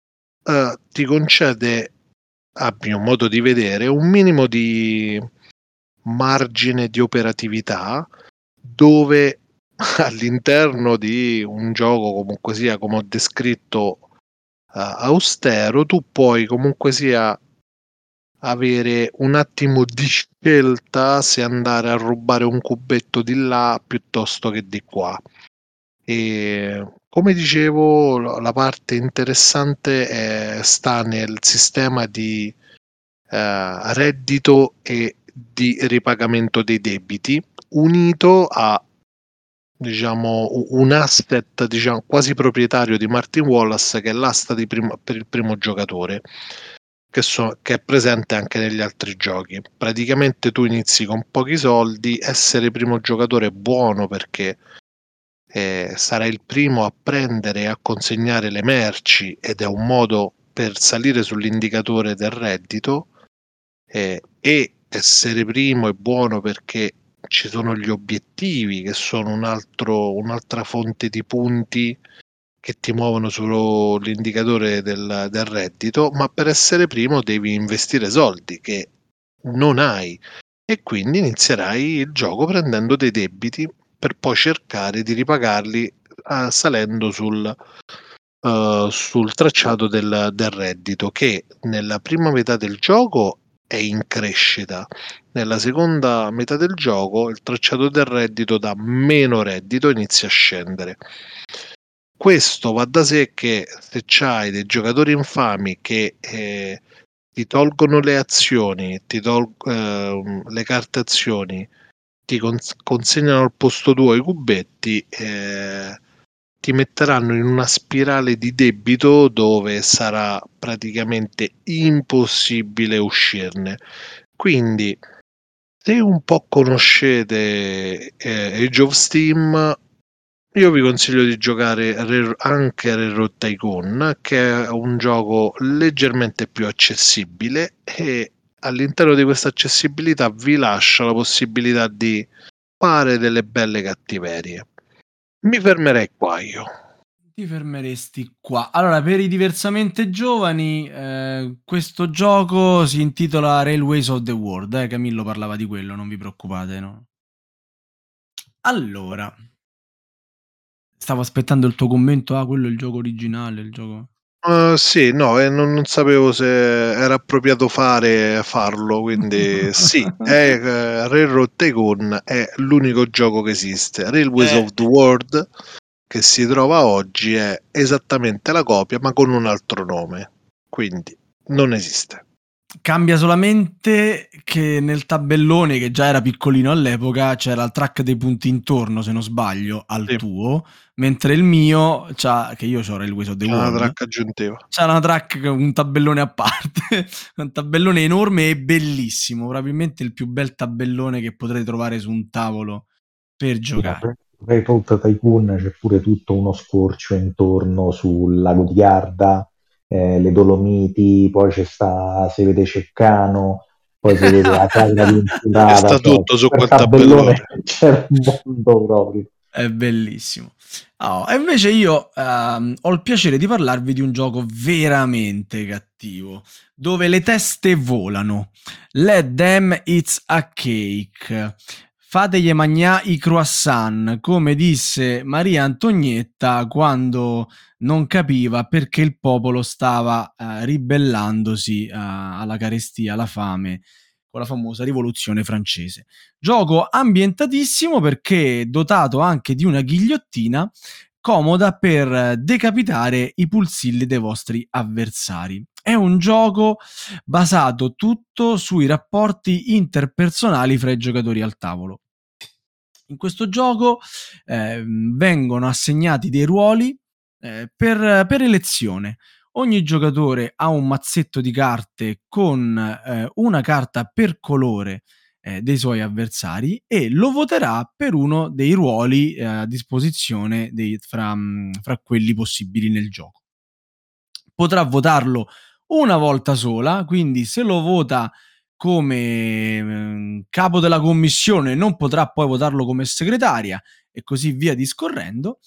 ti concede, a mio modo di vedere, un minimo di margine di operatività dove all'interno di un gioco comunque sia, come ho descritto, austero, tu puoi comunque sia avere un attimo di scelta se andare a rubare un cubetto di là piuttosto che di qua. E come dicevo, la parte interessante sta nel sistema di reddito e di ripagamento dei debiti, unito a diciamo un asset diciamo, quasi proprietario di Martin Wallace, che è l'asta per il primo giocatore, che è presente anche negli altri giochi. Praticamente tu inizi con pochi soldi, essere primo giocatore è buono perché sarai il primo a prendere e a consegnare le merci ed è un modo per salire sull'indicatore del reddito, e essere primo è buono perché ci sono gli obiettivi che sono un'altra fonte di punti che ti muovono sull'indicatore del reddito, ma per essere primo devi investire soldi che non hai e quindi inizierai il gioco prendendo dei debiti per poi cercare di ripagarli salendo sul tracciato del reddito, che nella prima metà del gioco è in crescita. Nella seconda metà del gioco il tracciato del reddito da meno reddito inizia a scendere. Questo va da sé che se c'hai dei giocatori infami che ti tolgono le azioni, le carte azioni, ti consegnano al posto tuo i cubetti, ti metteranno in una spirale di debito dove sarà praticamente impossibile uscirne. Quindi Se un po' conoscete Age of Steam, io vi consiglio di giocare anche a Railroad Tycoon, che è un gioco leggermente più accessibile e all'interno di questa accessibilità vi lascia la possibilità di fare delle belle cattiverie. Mi fermerei qua io. Ti fermeresti qua. Allora, per i diversamente giovani, questo gioco si intitola Railways of the World. Camillo parlava di quello, non vi preoccupate, no? Allora, stavo aspettando il tuo commento. Ah, quello è il gioco originale, il gioco... Sì, no, non sapevo se era appropriato farlo, quindi sì, Railroad Tycoon è l'unico gioco che esiste. Railways of the World, che si trova oggi, è esattamente la copia, ma con un altro nome, quindi non esiste. Cambia solamente che nel tabellone, che già era piccolino all'epoca, c'era il track dei punti intorno, se non sbaglio, al Sì. tuo, mentre il mio, che io ho Railways of the C'è una World, track aggiuntiva. c'è una track, un tabellone a parte, un tabellone enorme e bellissimo, probabilmente il più bel tabellone che potrei trovare su un tavolo per giocare. Railroad Tycoon c'è pure tutto uno scorcio intorno sul lago di Garda, le Dolomiti, poi si vede Ceccano, poi si vede la Caira di E sta Insulata, cioè tutto su per quel tabellone tabellone. c'è un mondo proprio. È bellissimo. E invece io ho il piacere di parlarvi di un gioco veramente cattivo, dove le teste volano. Let them it's a cake. Fategli magnà i croissant, come disse Maria Antonietta quando non capiva perché il popolo stava ribellandosi alla carestia, alla fame, con la famosa rivoluzione francese. Gioco ambientatissimo perché dotato anche di una ghigliottina comoda per decapitare i pulsilli dei vostri avversari. È un gioco basato tutto sui rapporti interpersonali fra i giocatori al tavolo. In questo gioco vengono assegnati dei ruoli per elezione. Ogni giocatore ha un mazzetto di carte con una carta per colore dei suoi avversari e lo voterà per uno dei ruoli a disposizione fra quelli possibili nel gioco. Potrà votarlo una volta sola, quindi se lo vota come capo della commissione non potrà poi votarlo come segretaria e così via discorrendo.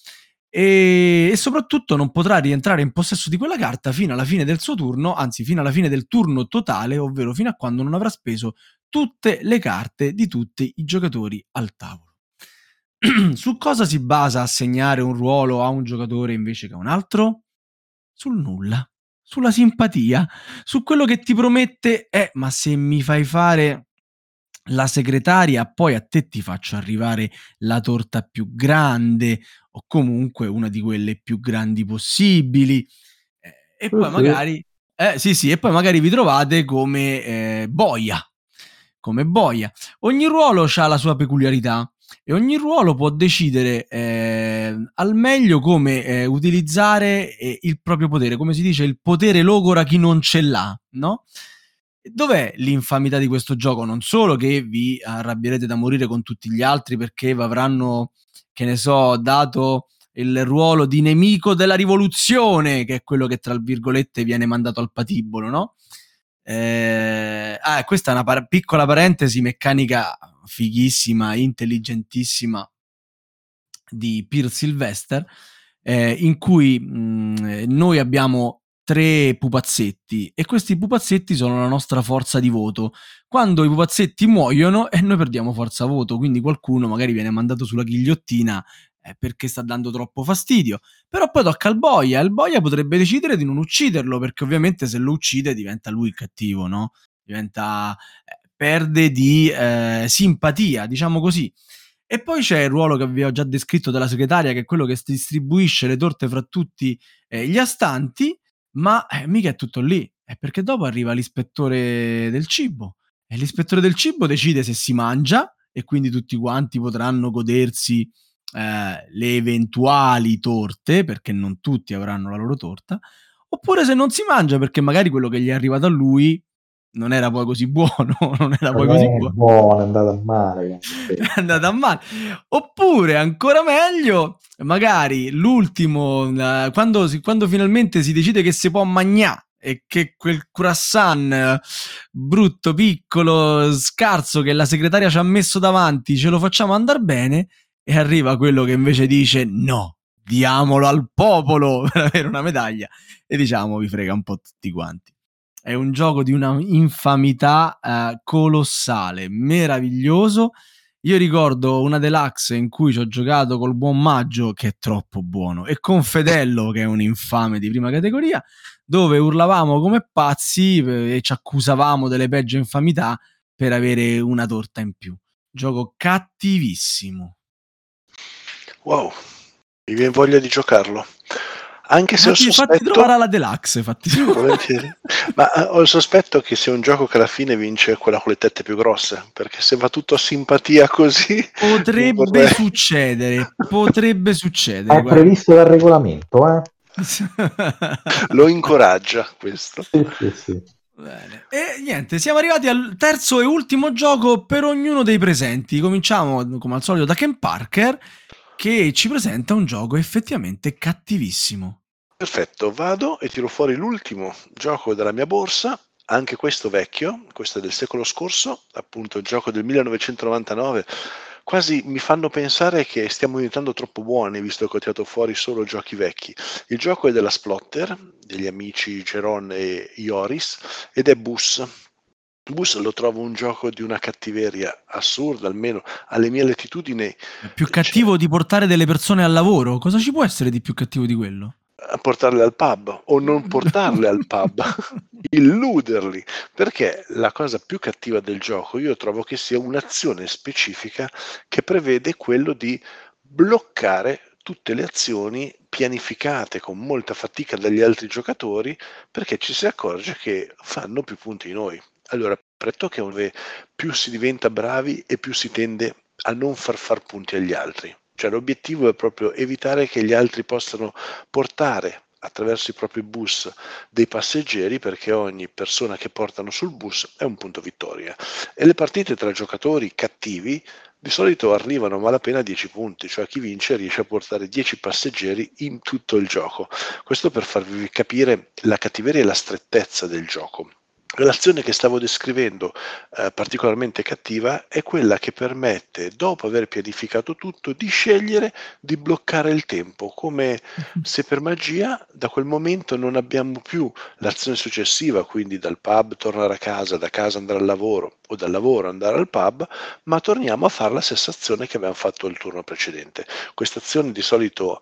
E soprattutto non potrà rientrare in possesso di quella carta fino alla fine del suo turno, anzi fino alla fine del turno totale, ovvero fino a quando non avrà speso tutte le carte di tutti i giocatori al tavolo. Su cosa si basa assegnare un ruolo a un giocatore invece che a un altro? Sul nulla, sulla simpatia, su quello che ti promette, ma se mi fai fare la segretaria, poi a te ti faccio arrivare la torta più grande o comunque una di quelle più grandi possibili. E poi magari sì, e poi magari vi trovate come boia. Come boia. Ogni ruolo ha la sua peculiarità e ogni ruolo può decidere al meglio come utilizzare il proprio potere. Come si dice, il potere logora chi non ce l'ha, no? Dov'è l'infamità di questo gioco? Non solo che vi arrabbierete da morire con tutti gli altri perché vi avranno, che ne so, dato il ruolo di nemico della rivoluzione, che è quello che tra virgolette viene mandato al patibolo, no? Questa è una piccola parentesi meccanica fighissima, intelligentissima di Peter Sylvester, in cui noi abbiamo 3 pupazzetti e questi pupazzetti sono la nostra forza di voto. Quando i pupazzetti muoiono noi perdiamo forza voto, quindi qualcuno magari viene mandato sulla ghigliottina perché sta dando troppo fastidio. Però poi tocca al boia, e il boia potrebbe decidere di non ucciderlo, perché ovviamente se lo uccide diventa lui il cattivo, no? Diventa perde di simpatia, diciamo così. E poi c'è il ruolo che vi ho già descritto della segretaria, che è quello che distribuisce le torte fra tutti gli astanti, ma mica è tutto lì, è perché dopo arriva l'ispettore del cibo e l'ispettore del cibo decide se si mangia e quindi tutti quanti potranno godersi le eventuali torte, perché non tutti avranno la loro torta, oppure se non si mangia perché magari quello che gli è arrivato a lui non era poi così buono, non era poi Non così è buono. buono, è andata male. È andata male. Oppure, ancora meglio, magari l'ultimo, quando finalmente si decide che si può mangiare e che quel croissant brutto, piccolo, scarso che la segretaria ci ha messo davanti ce lo facciamo andare bene, e arriva quello che invece dice no, diamolo al popolo per avere una medaglia, e diciamo vi frega un po' tutti quanti. È un gioco di una infamità colossale, meraviglioso. Io ricordo una deluxe in cui ci ho giocato col buon Maggio, che è troppo buono, e con Fedello, che è un infame di prima categoria, dove urlavamo come pazzi e ci accusavamo delle peggio infamità per avere una torta in più. Gioco cattivissimo. Wow, mi viene voglia di giocarlo. Anche se Fatti ho sospetto, trovare la deluxe, fatti trovare. volentieri, ma ho il sospetto che sia un gioco che alla fine vince quella con le tette più grosse, perché se va tutto a simpatia così, Potrebbe vorrei... succedere, potrebbe succedere. È Guarda. previsto dal regolamento, eh? Lo incoraggia questo. Sì. Bene. E niente, siamo arrivati al terzo e ultimo gioco per ognuno dei presenti. Cominciamo come al solito da Ken Parker, che ci presenta un gioco effettivamente cattivissimo. Perfetto, vado e tiro fuori l'ultimo gioco della mia borsa, anche questo vecchio, questo è del secolo scorso, appunto il gioco del 1999. Quasi mi fanno pensare che stiamo diventando troppo buoni, visto che ho tirato fuori solo giochi vecchi. Il gioco è della Splotter, degli amici Geron e Ioris, ed è Bus. Bus lo trovo un gioco di una cattiveria assurda, almeno alle mie latitudini. È più cattivo di portare delle persone al lavoro? Cosa ci può essere di più cattivo di quello? A portarle al pub o non portarle al pub, illuderli, perché la cosa più cattiva del gioco io trovo che sia un'azione specifica che prevede quello di bloccare tutte le azioni pianificate con molta fatica dagli altri giocatori, perché ci si accorge che fanno più punti di noi. Allora, preto che più si diventa bravi e più si tende a non far punti agli altri. Cioè l'obiettivo è proprio evitare che gli altri possano portare attraverso i propri bus dei passeggeri, perché ogni persona che portano sul bus è un punto vittoria. E le partite tra giocatori cattivi di solito arrivano a malapena a 10 punti, cioè chi vince riesce a portare 10 passeggeri in tutto il gioco. Questo per farvi capire la cattiveria e la strettezza del gioco. L'azione che stavo descrivendo, particolarmente cattiva, è quella che permette, dopo aver pianificato tutto, di scegliere di bloccare il tempo, come se per magia da quel momento non abbiamo più l'azione successiva, quindi dal pub tornare a casa, da casa andare al lavoro o dal lavoro andare al pub, ma torniamo a fare la stessa azione che abbiamo fatto il turno precedente. Questa azione di solito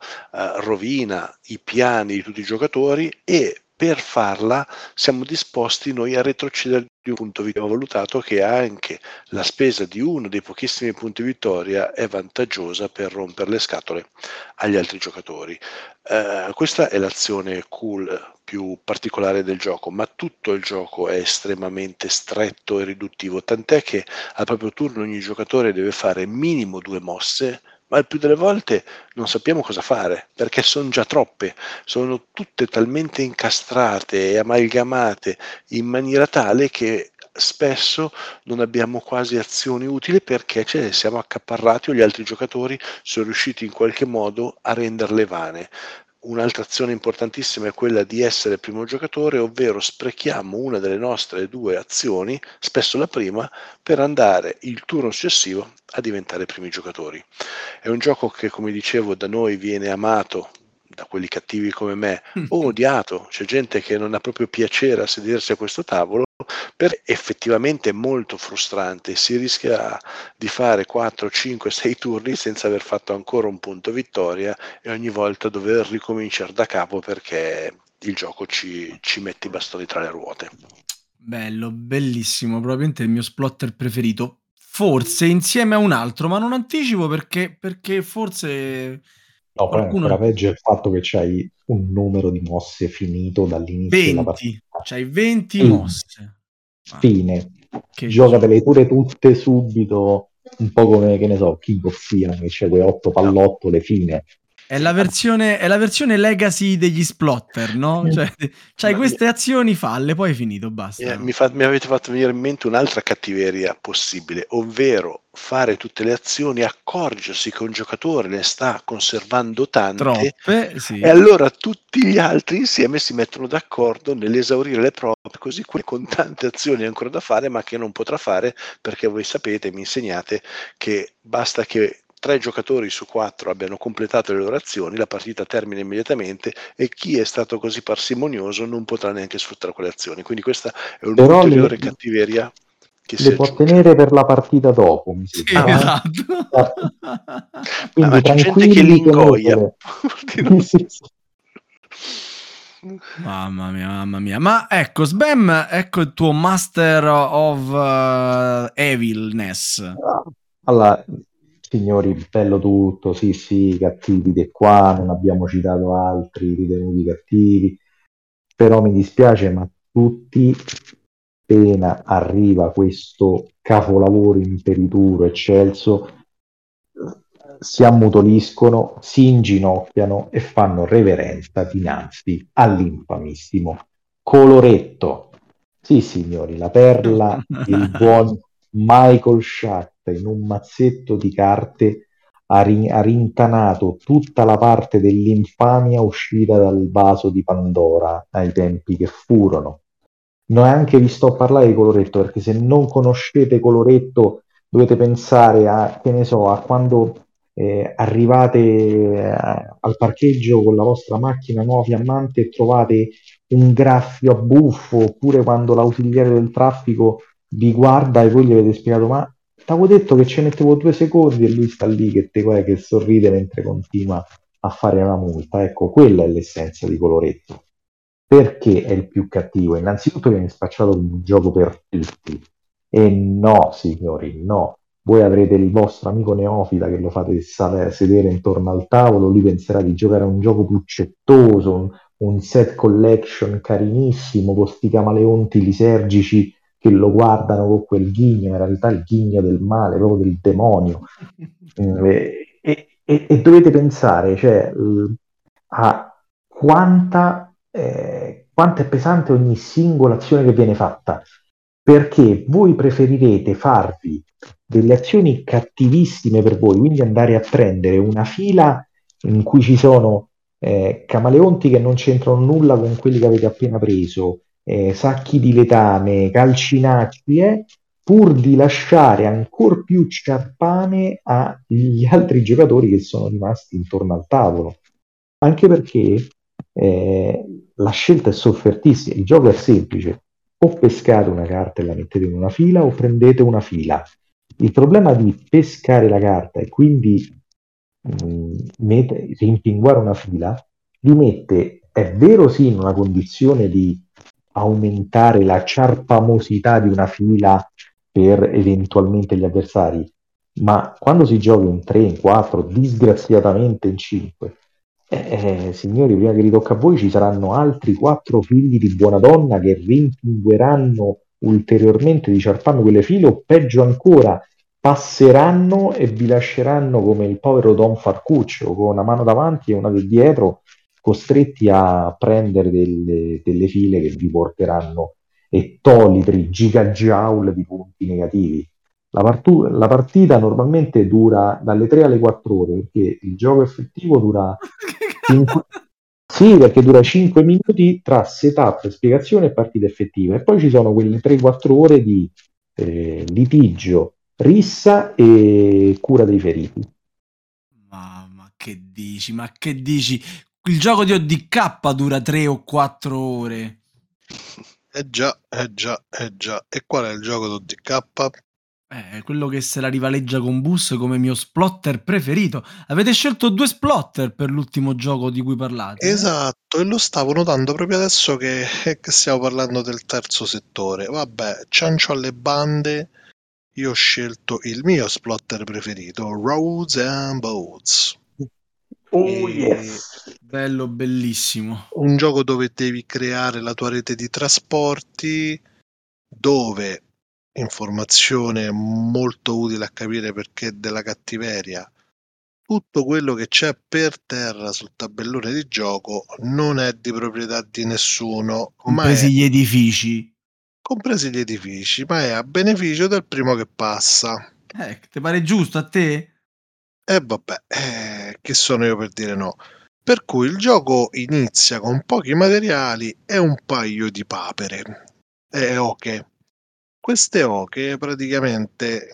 rovina i piani di tutti i giocatori, e per farla siamo disposti noi a retrocedere di un punto vittoria. Abbiamo valutato che anche la spesa di uno dei pochissimi punti vittoria è vantaggiosa per rompere le scatole agli altri giocatori. Questa è l'azione cool più particolare del gioco, ma tutto il gioco è estremamente stretto e riduttivo, tant'è che al proprio turno ogni giocatore deve fare minimo 2 mosse, ma il più delle volte non sappiamo cosa fare, perché sono già troppe, sono tutte talmente incastrate e amalgamate in maniera tale che spesso non abbiamo quasi azioni utili, perché ce ne siamo accaparrati o gli altri giocatori sono riusciti in qualche modo a renderle vane. Un'altra azione importantissima è quella di essere primo giocatore, ovvero sprechiamo una delle nostre 2 azioni, spesso la prima, per andare il turno successivo a diventare primi giocatori. È un gioco che, come dicevo, da noi viene amato, da quelli cattivi come me, o odiato. C'è gente che non ha proprio piacere a sedersi a questo tavolo, per effettivamente è molto frustrante. Si rischia di fare 4, 5, 6 turni senza aver fatto ancora un punto vittoria, e ogni volta dover ricominciare da capo perché il gioco ci mette i bastoni tra le ruote. Bello, bellissimo, probabilmente il mio splotter preferito, forse insieme a un altro, ma non anticipo perché forse No, poi qualcuno... ancora peggio è il fatto che c'hai un numero di mosse finito dall'inizio della 20, partita. c'hai 20 Sì. mosse. Fine. Che Giocatele pure tutte subito, un po' come, che ne so, King of Siam, che c'è quei 8 pallottole, fine. È la versione legacy degli splotter, no? Cioè, c'hai queste azioni, falle, poi è finito, basta. Mi avete fatto venire in mente un'altra cattiveria possibile, ovvero fare tutte le azioni, accorgersi che un giocatore ne sta conservando tante, Troppe, sì. e allora tutti gli altri insieme si mettono d'accordo nell'esaurire le proprie, così quelli con tante azioni ancora da fare, ma che non potrà fare perché voi sapete, mi insegnate che basta che 3 giocatori su 4 abbiano completato le loro azioni, la partita termina immediatamente e chi è stato così parsimonioso non potrà neanche sfruttare quelle azioni. Quindi questa è un'ulteriore cattiveria che si le può aggiunge. tenere per la partita dopo, mi Sì, sembra. esatto. Quindi ma c'è gente che li ingoia. Sì. Mamma mia. Ma ecco, Sbam, ecco il tuo Master of Evilness. Allora, signori, bello tutto, sì, cattivi di qua, non abbiamo citato altri ritenuti cattivi, però mi dispiace, ma tutti, appena arriva questo capolavoro imperituro, eccelso, si ammutoliscono, si inginocchiano e fanno reverenza dinanzi all'infamissimo Coloretto. Sì, signori, la perla, il buon Michael Schacht in un mazzetto di carte ha rintanato tutta la parte dell'infamia uscita dal vaso di Pandora ai tempi che furono. Neanche vi sto a parlare di Coloretto, perché se non conoscete Coloretto dovete pensare a, che ne so, a quando arrivate al parcheggio con la vostra macchina nuova fiammante e trovate un graffio a buffo, oppure quando l'ausiliare del traffico vi guarda e voi gli avete spiegato: ma t'avevo detto che ci mettevo 2 secondi, e lui sta lì che sorride mentre continua a fare una multa. Ecco, quella è l'essenza di Coloretto. Perché è il più cattivo? Innanzitutto viene spacciato come un gioco per tutti. E no, signori, no. Voi avrete il vostro amico neofita che lo fate sedere intorno al tavolo, lui penserà di giocare a un gioco puccettoso, un set collection carinissimo, con sti camaleonti lisergici che lo guardano con quel ghigno, in realtà il ghigno del male, proprio del demonio. E dovete pensare, cioè, a quanto è pesante ogni singola azione che viene fatta, perché voi preferirete farvi delle azioni cattivissime per voi, quindi andare a prendere una fila in cui ci sono camaleonti che non c'entrano nulla con quelli che avete appena preso, sacchi di letame, calcinacci, pur di lasciare ancora più ciarpame agli altri giocatori che sono rimasti intorno al tavolo. Anche perché la scelta è soffertissima, il gioco è semplice: o pescate una carta e la mettete in una fila, o prendete una fila. Il problema di pescare la carta e quindi rimpinguare una fila vi mette, è vero, sì, in una condizione di aumentare la ciarpamosità di una fila per eventualmente gli avversari, ma quando si gioca in 3, in 4, disgraziatamente in 5, signori, prima che ritocca a voi ci saranno altri 4 figli di buona donna che rimpingueranno ulteriormente di ciarpame quelle file, o peggio ancora, passeranno e vi lasceranno come il povero Don Farcuccio, con una mano davanti e una dietro, costretti a prendere delle file che vi porteranno ettolitri, gigajoule di punti negativi. La partita normalmente dura dalle 3 alle 4 ore, perché il gioco effettivo dura 5, sì, perché dura 5 minuti tra setup, spiegazione e partita effettiva, e poi ci sono quelle 3-4 ore di litigio, rissa e cura dei feriti. Ma che dici? Ma che dici? Il gioco di ODK dura 3 o 4 ore. Già. E qual è il gioco di DK? Quello che se la rivaleggia con Bus come mio splotter preferito. Avete scelto 2 splotter per l'ultimo gioco di cui parlate? Esatto, e lo stavo notando proprio adesso che stiamo parlando del terzo settore. Vabbè, ciancio alle bande, io ho scelto il mio splotter preferito, Roads and Boats. Oh E yes! Bello, bellissimo. un gioco dove devi creare la tua rete di trasporti, dove, informazione molto utile a capire perché della cattiveria, tutto quello che c'è per terra sul tabellone di gioco non è di proprietà di nessuno, compresi gli edifici. compresi gli edifici, ma è a beneficio del primo che passa. Ti pare giusto a te? E vabbè, chi sono io per dire no? Per cui il gioco inizia con pochi materiali e un paio di papere e oche. Queste oche praticamente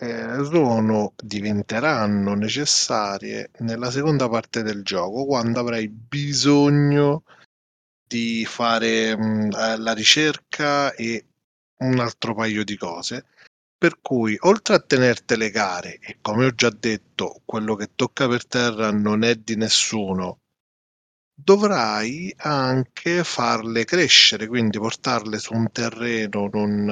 diventeranno necessarie nella seconda parte del gioco, quando avrai bisogno di fare la ricerca e un altro paio di cose. Per cui, oltre a tenertele care, e come ho già detto, quello che tocca per terra non è di nessuno, dovrai anche farle crescere, quindi portarle su un terreno non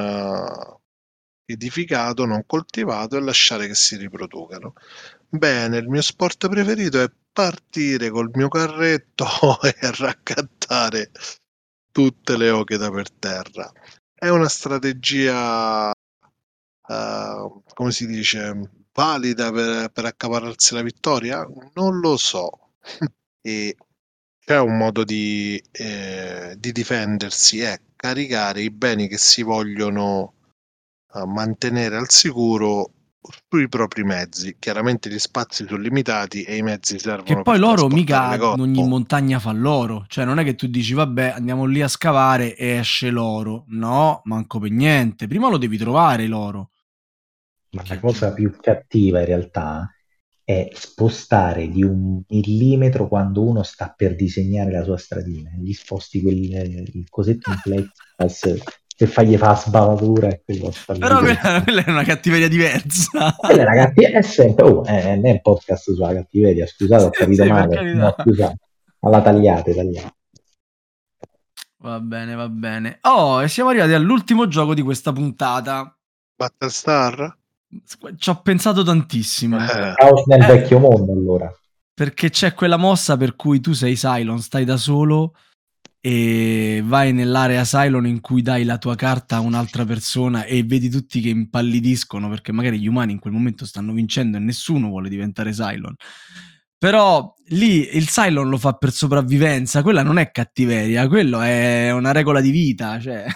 edificato, non coltivato e lasciare che si riproducano. Bene, il mio sport preferito è partire col mio carretto e raccattare tutte le oche da per terra. È una strategia come si dice, valida per accaparrarsi la vittoria? Non lo so. E c'è un modo di difendersi, è caricare i beni che si vogliono mantenere al sicuro sui propri mezzi. Chiaramente gli spazi sono limitati e i mezzi Che servono poi per l'oro trasportare mica le cose. ogni montagna fa l'oro. Cioè, non è che tu dici, vabbè, andiamo lì a scavare e esce l'oro. No, manco per niente. Prima lo devi trovare l'oro. Ma la Che- cosa più cattiva in realtà è spostare di 1 millimetro quando uno sta per disegnare la sua stradina. Gli sposti il cosetto in plexiglass e fagli fa la sbavatura e quello sta lì. Però quella è una cattiveria diversa. Quella è la cattiveria, è sempre, non è un podcast sulla cattiveria, scusate, ho capito Sì, per male, no, carità. scusate, alla tagliate. Va bene, va bene. Oh, e siamo arrivati all'ultimo gioco di questa puntata. Battlestar? Ci ho pensato tantissimo. Caos nel vecchio mondo, allora. Perché c'è quella mossa per cui tu sei Cylon, stai da solo e vai nell'area Cylon in cui dai la tua carta a un'altra persona e vedi tutti che impallidiscono perché magari gli umani in quel momento stanno vincendo e nessuno vuole diventare Cylon. Però lì il Cylon lo fa per sopravvivenza, quella non è cattiveria, quello è una regola di vita, cioè.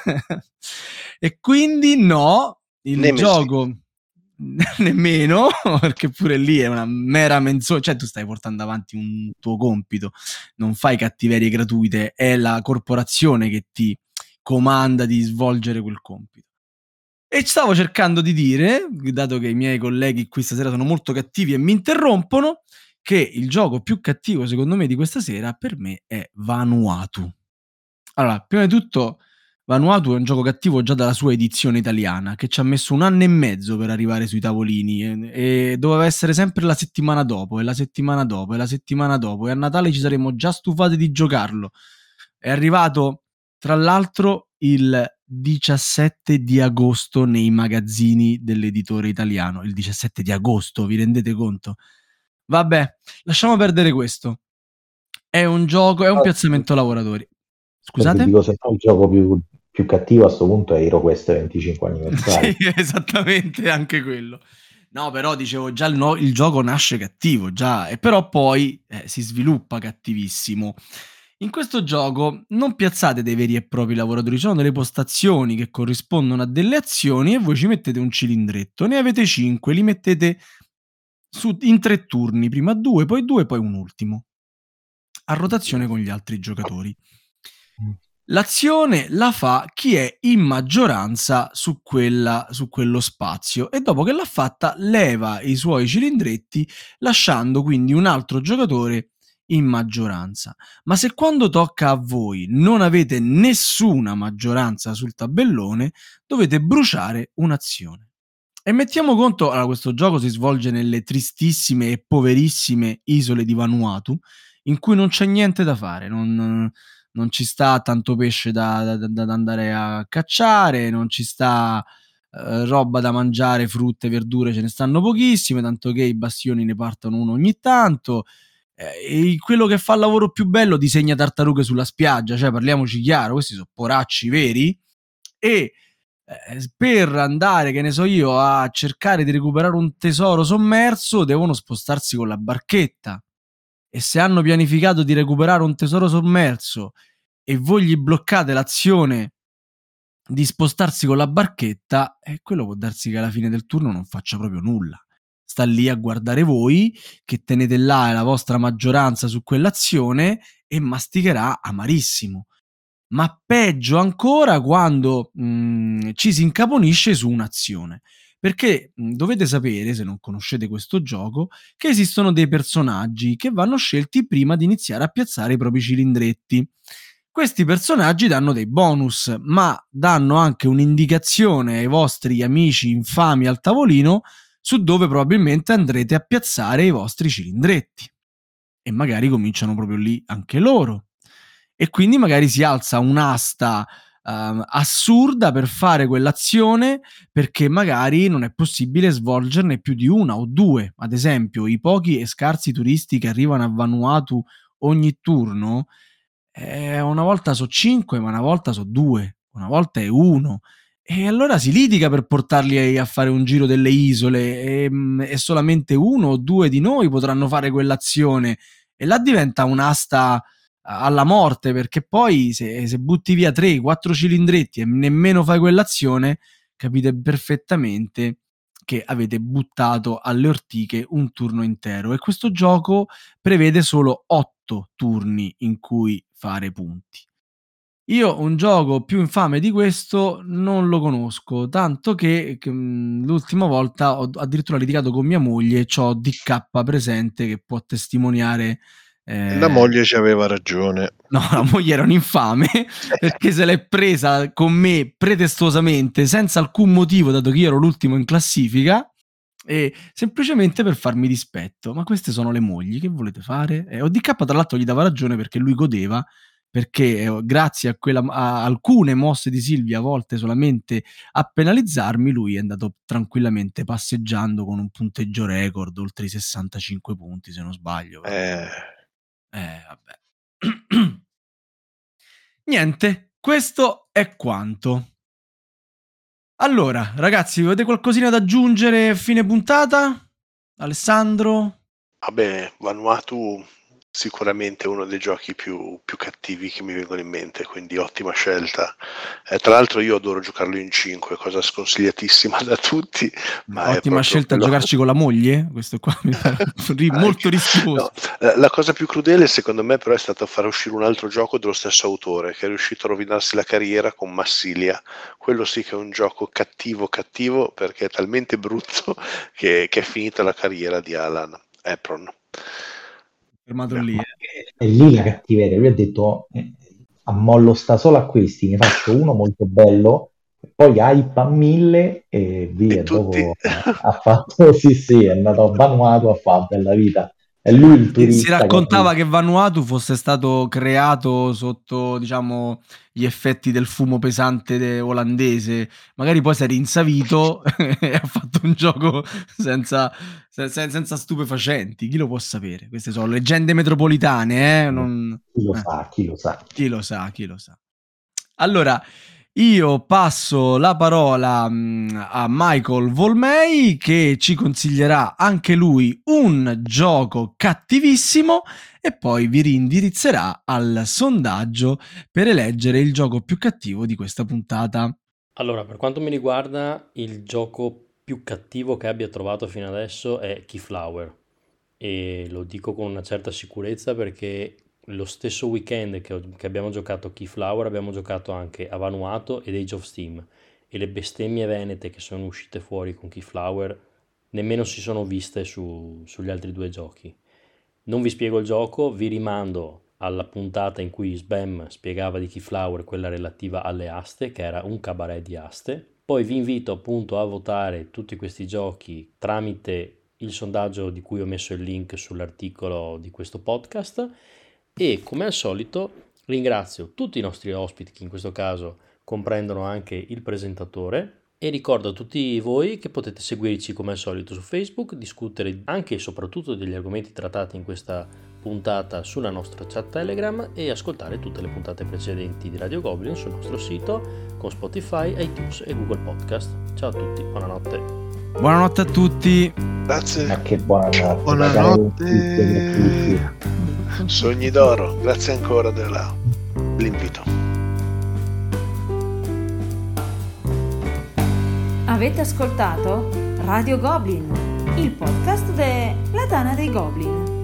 E quindi no, il Nemesis. gioco nemmeno, perché pure lì è una mera menzogna, cioè tu stai portando avanti un tuo compito, non fai cattiverie gratuite, è la corporazione che ti comanda di svolgere quel compito. E stavo cercando di dire, dato che i miei colleghi qui stasera sono molto cattivi e mi interrompono, che il gioco più cattivo secondo me di questa sera per me è Vanuatu. Allora, prima di tutto Vanuatu è un gioco cattivo già dalla sua edizione italiana, che ci ha messo 1 anno e mezzo per arrivare sui tavolini e doveva essere sempre la settimana dopo, e la settimana dopo, e la settimana dopo, e a Natale ci saremmo già stufati di giocarlo. È arrivato, tra l'altro, il 17 di agosto nei magazzini dell'editore italiano. Il 17 di agosto, vi rendete conto? Vabbè, lasciamo perdere questo. È un gioco, è un piazzamento lavoratori. Scusate? Dico, se no il gioco più cattivo a sto punto è HeroQuest 25 anniversario. Sì, esattamente, anche quello. No, però dicevo, già il gioco nasce cattivo, già, e però poi si sviluppa cattivissimo. In questo gioco non piazzate dei veri e propri lavoratori, ci sono delle postazioni che corrispondono a delle azioni e voi ci mettete un cilindretto, ne avete 5, li mettete in 3 turni, prima 2, poi un ultimo, a rotazione con gli altri giocatori. L'azione la fa chi è in maggioranza su quello spazio e dopo che l'ha fatta leva i suoi cilindretti lasciando quindi un altro giocatore in maggioranza. Ma se quando tocca a voi non avete nessuna maggioranza sul tabellone, dovete bruciare un'azione. E mettiamo conto, allora questo gioco si svolge nelle tristissime e poverissime isole di Vanuatu, in cui non c'è niente da fare, non ci sta tanto pesce da andare a cacciare, non ci sta roba da mangiare, frutte, verdure, ce ne stanno pochissime, tanto che i bastioni ne partono uno ogni tanto. E quello che fa il lavoro più bello disegna tartarughe sulla spiaggia, cioè parliamoci chiaro, questi sono poracci veri. E per andare, che ne so io, a cercare di recuperare un tesoro sommerso, devono spostarsi con la barchetta. E se hanno pianificato di recuperare un tesoro sommerso e voi gli bloccate l'azione di spostarsi con la barchetta, quello può darsi che alla fine del turno non faccia proprio nulla. Sta lì a guardare voi, che tenete là la vostra maggioranza su quell'azione, e masticherà amarissimo. Ma peggio ancora quando ci si incaponisce su un'azione. Perché dovete sapere, se non conoscete questo gioco, che esistono dei personaggi che vanno scelti prima di iniziare a piazzare i propri cilindretti. Questi personaggi danno dei bonus, ma danno anche un'indicazione ai vostri amici infami al tavolino su dove probabilmente andrete a piazzare i vostri cilindretti. E magari cominciano proprio lì anche loro. E quindi magari si alza un'asta assurda per fare quell'azione, perché magari non è possibile svolgerne più di una o due. Ad esempio, i pochi e scarsi turisti che arrivano a Vanuatu ogni turno, una volta so 5, ma una volta so 2, una volta è 1. E allora si litiga per portarli a fare un giro delle isole, e solamente 1 o 2 di noi potranno fare quell'azione. E là diventa un'asta alla morte, perché poi se butti via 3-4 cilindretti e nemmeno fai quell'azione, capite perfettamente che avete buttato alle ortiche un turno intero. E questo gioco prevede solo 8 turni in cui fare punti. Io un gioco più infame di questo non lo conosco, tanto che l'ultima volta ho addirittura litigato con mia moglie e c'ho DK presente che può testimoniare. La moglie ci aveva ragione. No, la moglie era un infame perché se l'è presa con me pretestuosamente, senza alcun motivo, dato che io ero l'ultimo in classifica, e semplicemente per farmi dispetto. Ma queste sono le mogli, che volete fare? ODK tra l'altro gli dava ragione, perché lui godeva, perché grazie a alcune mosse di Silvia volte solamente a penalizzarmi, lui è andato tranquillamente passeggiando con un punteggio record oltre i 65 punti, se non sbaglio. Vabbè. Niente, questo è quanto. Allora, ragazzi, avete qualcosina da aggiungere a fine puntata? Alessandro? Vabbè, Vanuatu sicuramente uno dei giochi più cattivi che mi vengono in mente, quindi ottima scelta. Tra l'altro io adoro giocarlo in 5, cosa sconsigliatissima da tutti. Ma ottima scelta a giocarci con la moglie? Questo qua mi pare molto rischioso. No, la cosa più crudele secondo me però è stato fare uscire un altro gioco dello stesso autore, che è riuscito a rovinarsi la carriera con Massilia. Quello sì che è un gioco cattivo, perché è talmente brutto che è finita la carriera di Alan Epron. Fermato lì. È lì la cattiveria. Lui ha detto ammollo sta solo a questi, ne faccio uno molto bello, poi hype a 1000 e via. E tutti... Dopo ha fatto sì, è andato a Vanuatu a fare bella vita. È lui il turista. Si raccontava che Vanuatu fosse stato creato sotto, diciamo, gli effetti del fumo pesante olandese. Magari poi si è rinsavito e ha fatto un gioco senza stupefacenti. Chi lo può sapere? Queste sono leggende metropolitane, Chi lo sa. Chi lo sa. Allora, io passo la parola a Michael Volmei, che ci consiglierà anche lui un gioco cattivissimo e poi vi rindirizzerà al sondaggio per eleggere il gioco più cattivo di questa puntata. Allora, per quanto mi riguarda, il gioco più cattivo che abbia trovato fino adesso è Keyflower, e lo dico con una certa sicurezza perché lo stesso weekend che abbiamo giocato Keyflower abbiamo giocato anche a Vanuatu ed Age of Steam, e le bestemmie venete che sono uscite fuori con Keyflower nemmeno si sono viste sugli altri due giochi. Non vi spiego il gioco, vi rimando alla puntata in cui Sbam spiegava di Keyflower, quella relativa alle aste, che era un cabaret di aste. Poi vi invito appunto a votare tutti questi giochi tramite il sondaggio di cui ho messo il link sull'articolo di questo podcast, e come al solito ringrazio tutti i nostri ospiti, che in questo caso comprendono anche il presentatore, e ricordo a tutti voi che potete seguirci come al solito su Facebook, discutere anche e soprattutto degli argomenti trattati in questa puntata sulla nostra chat Telegram e ascoltare tutte le puntate precedenti di Radio Goblin sul nostro sito con Spotify, iTunes e Google Podcast. Ciao a tutti, buonanotte. Buonanotte a tutti. Grazie. Ma che buonanotte. Buonanotte. Sogni d'oro. Grazie ancora dell'invito. Avete ascoltato Radio Goblin, il podcast della Tana dei Goblin.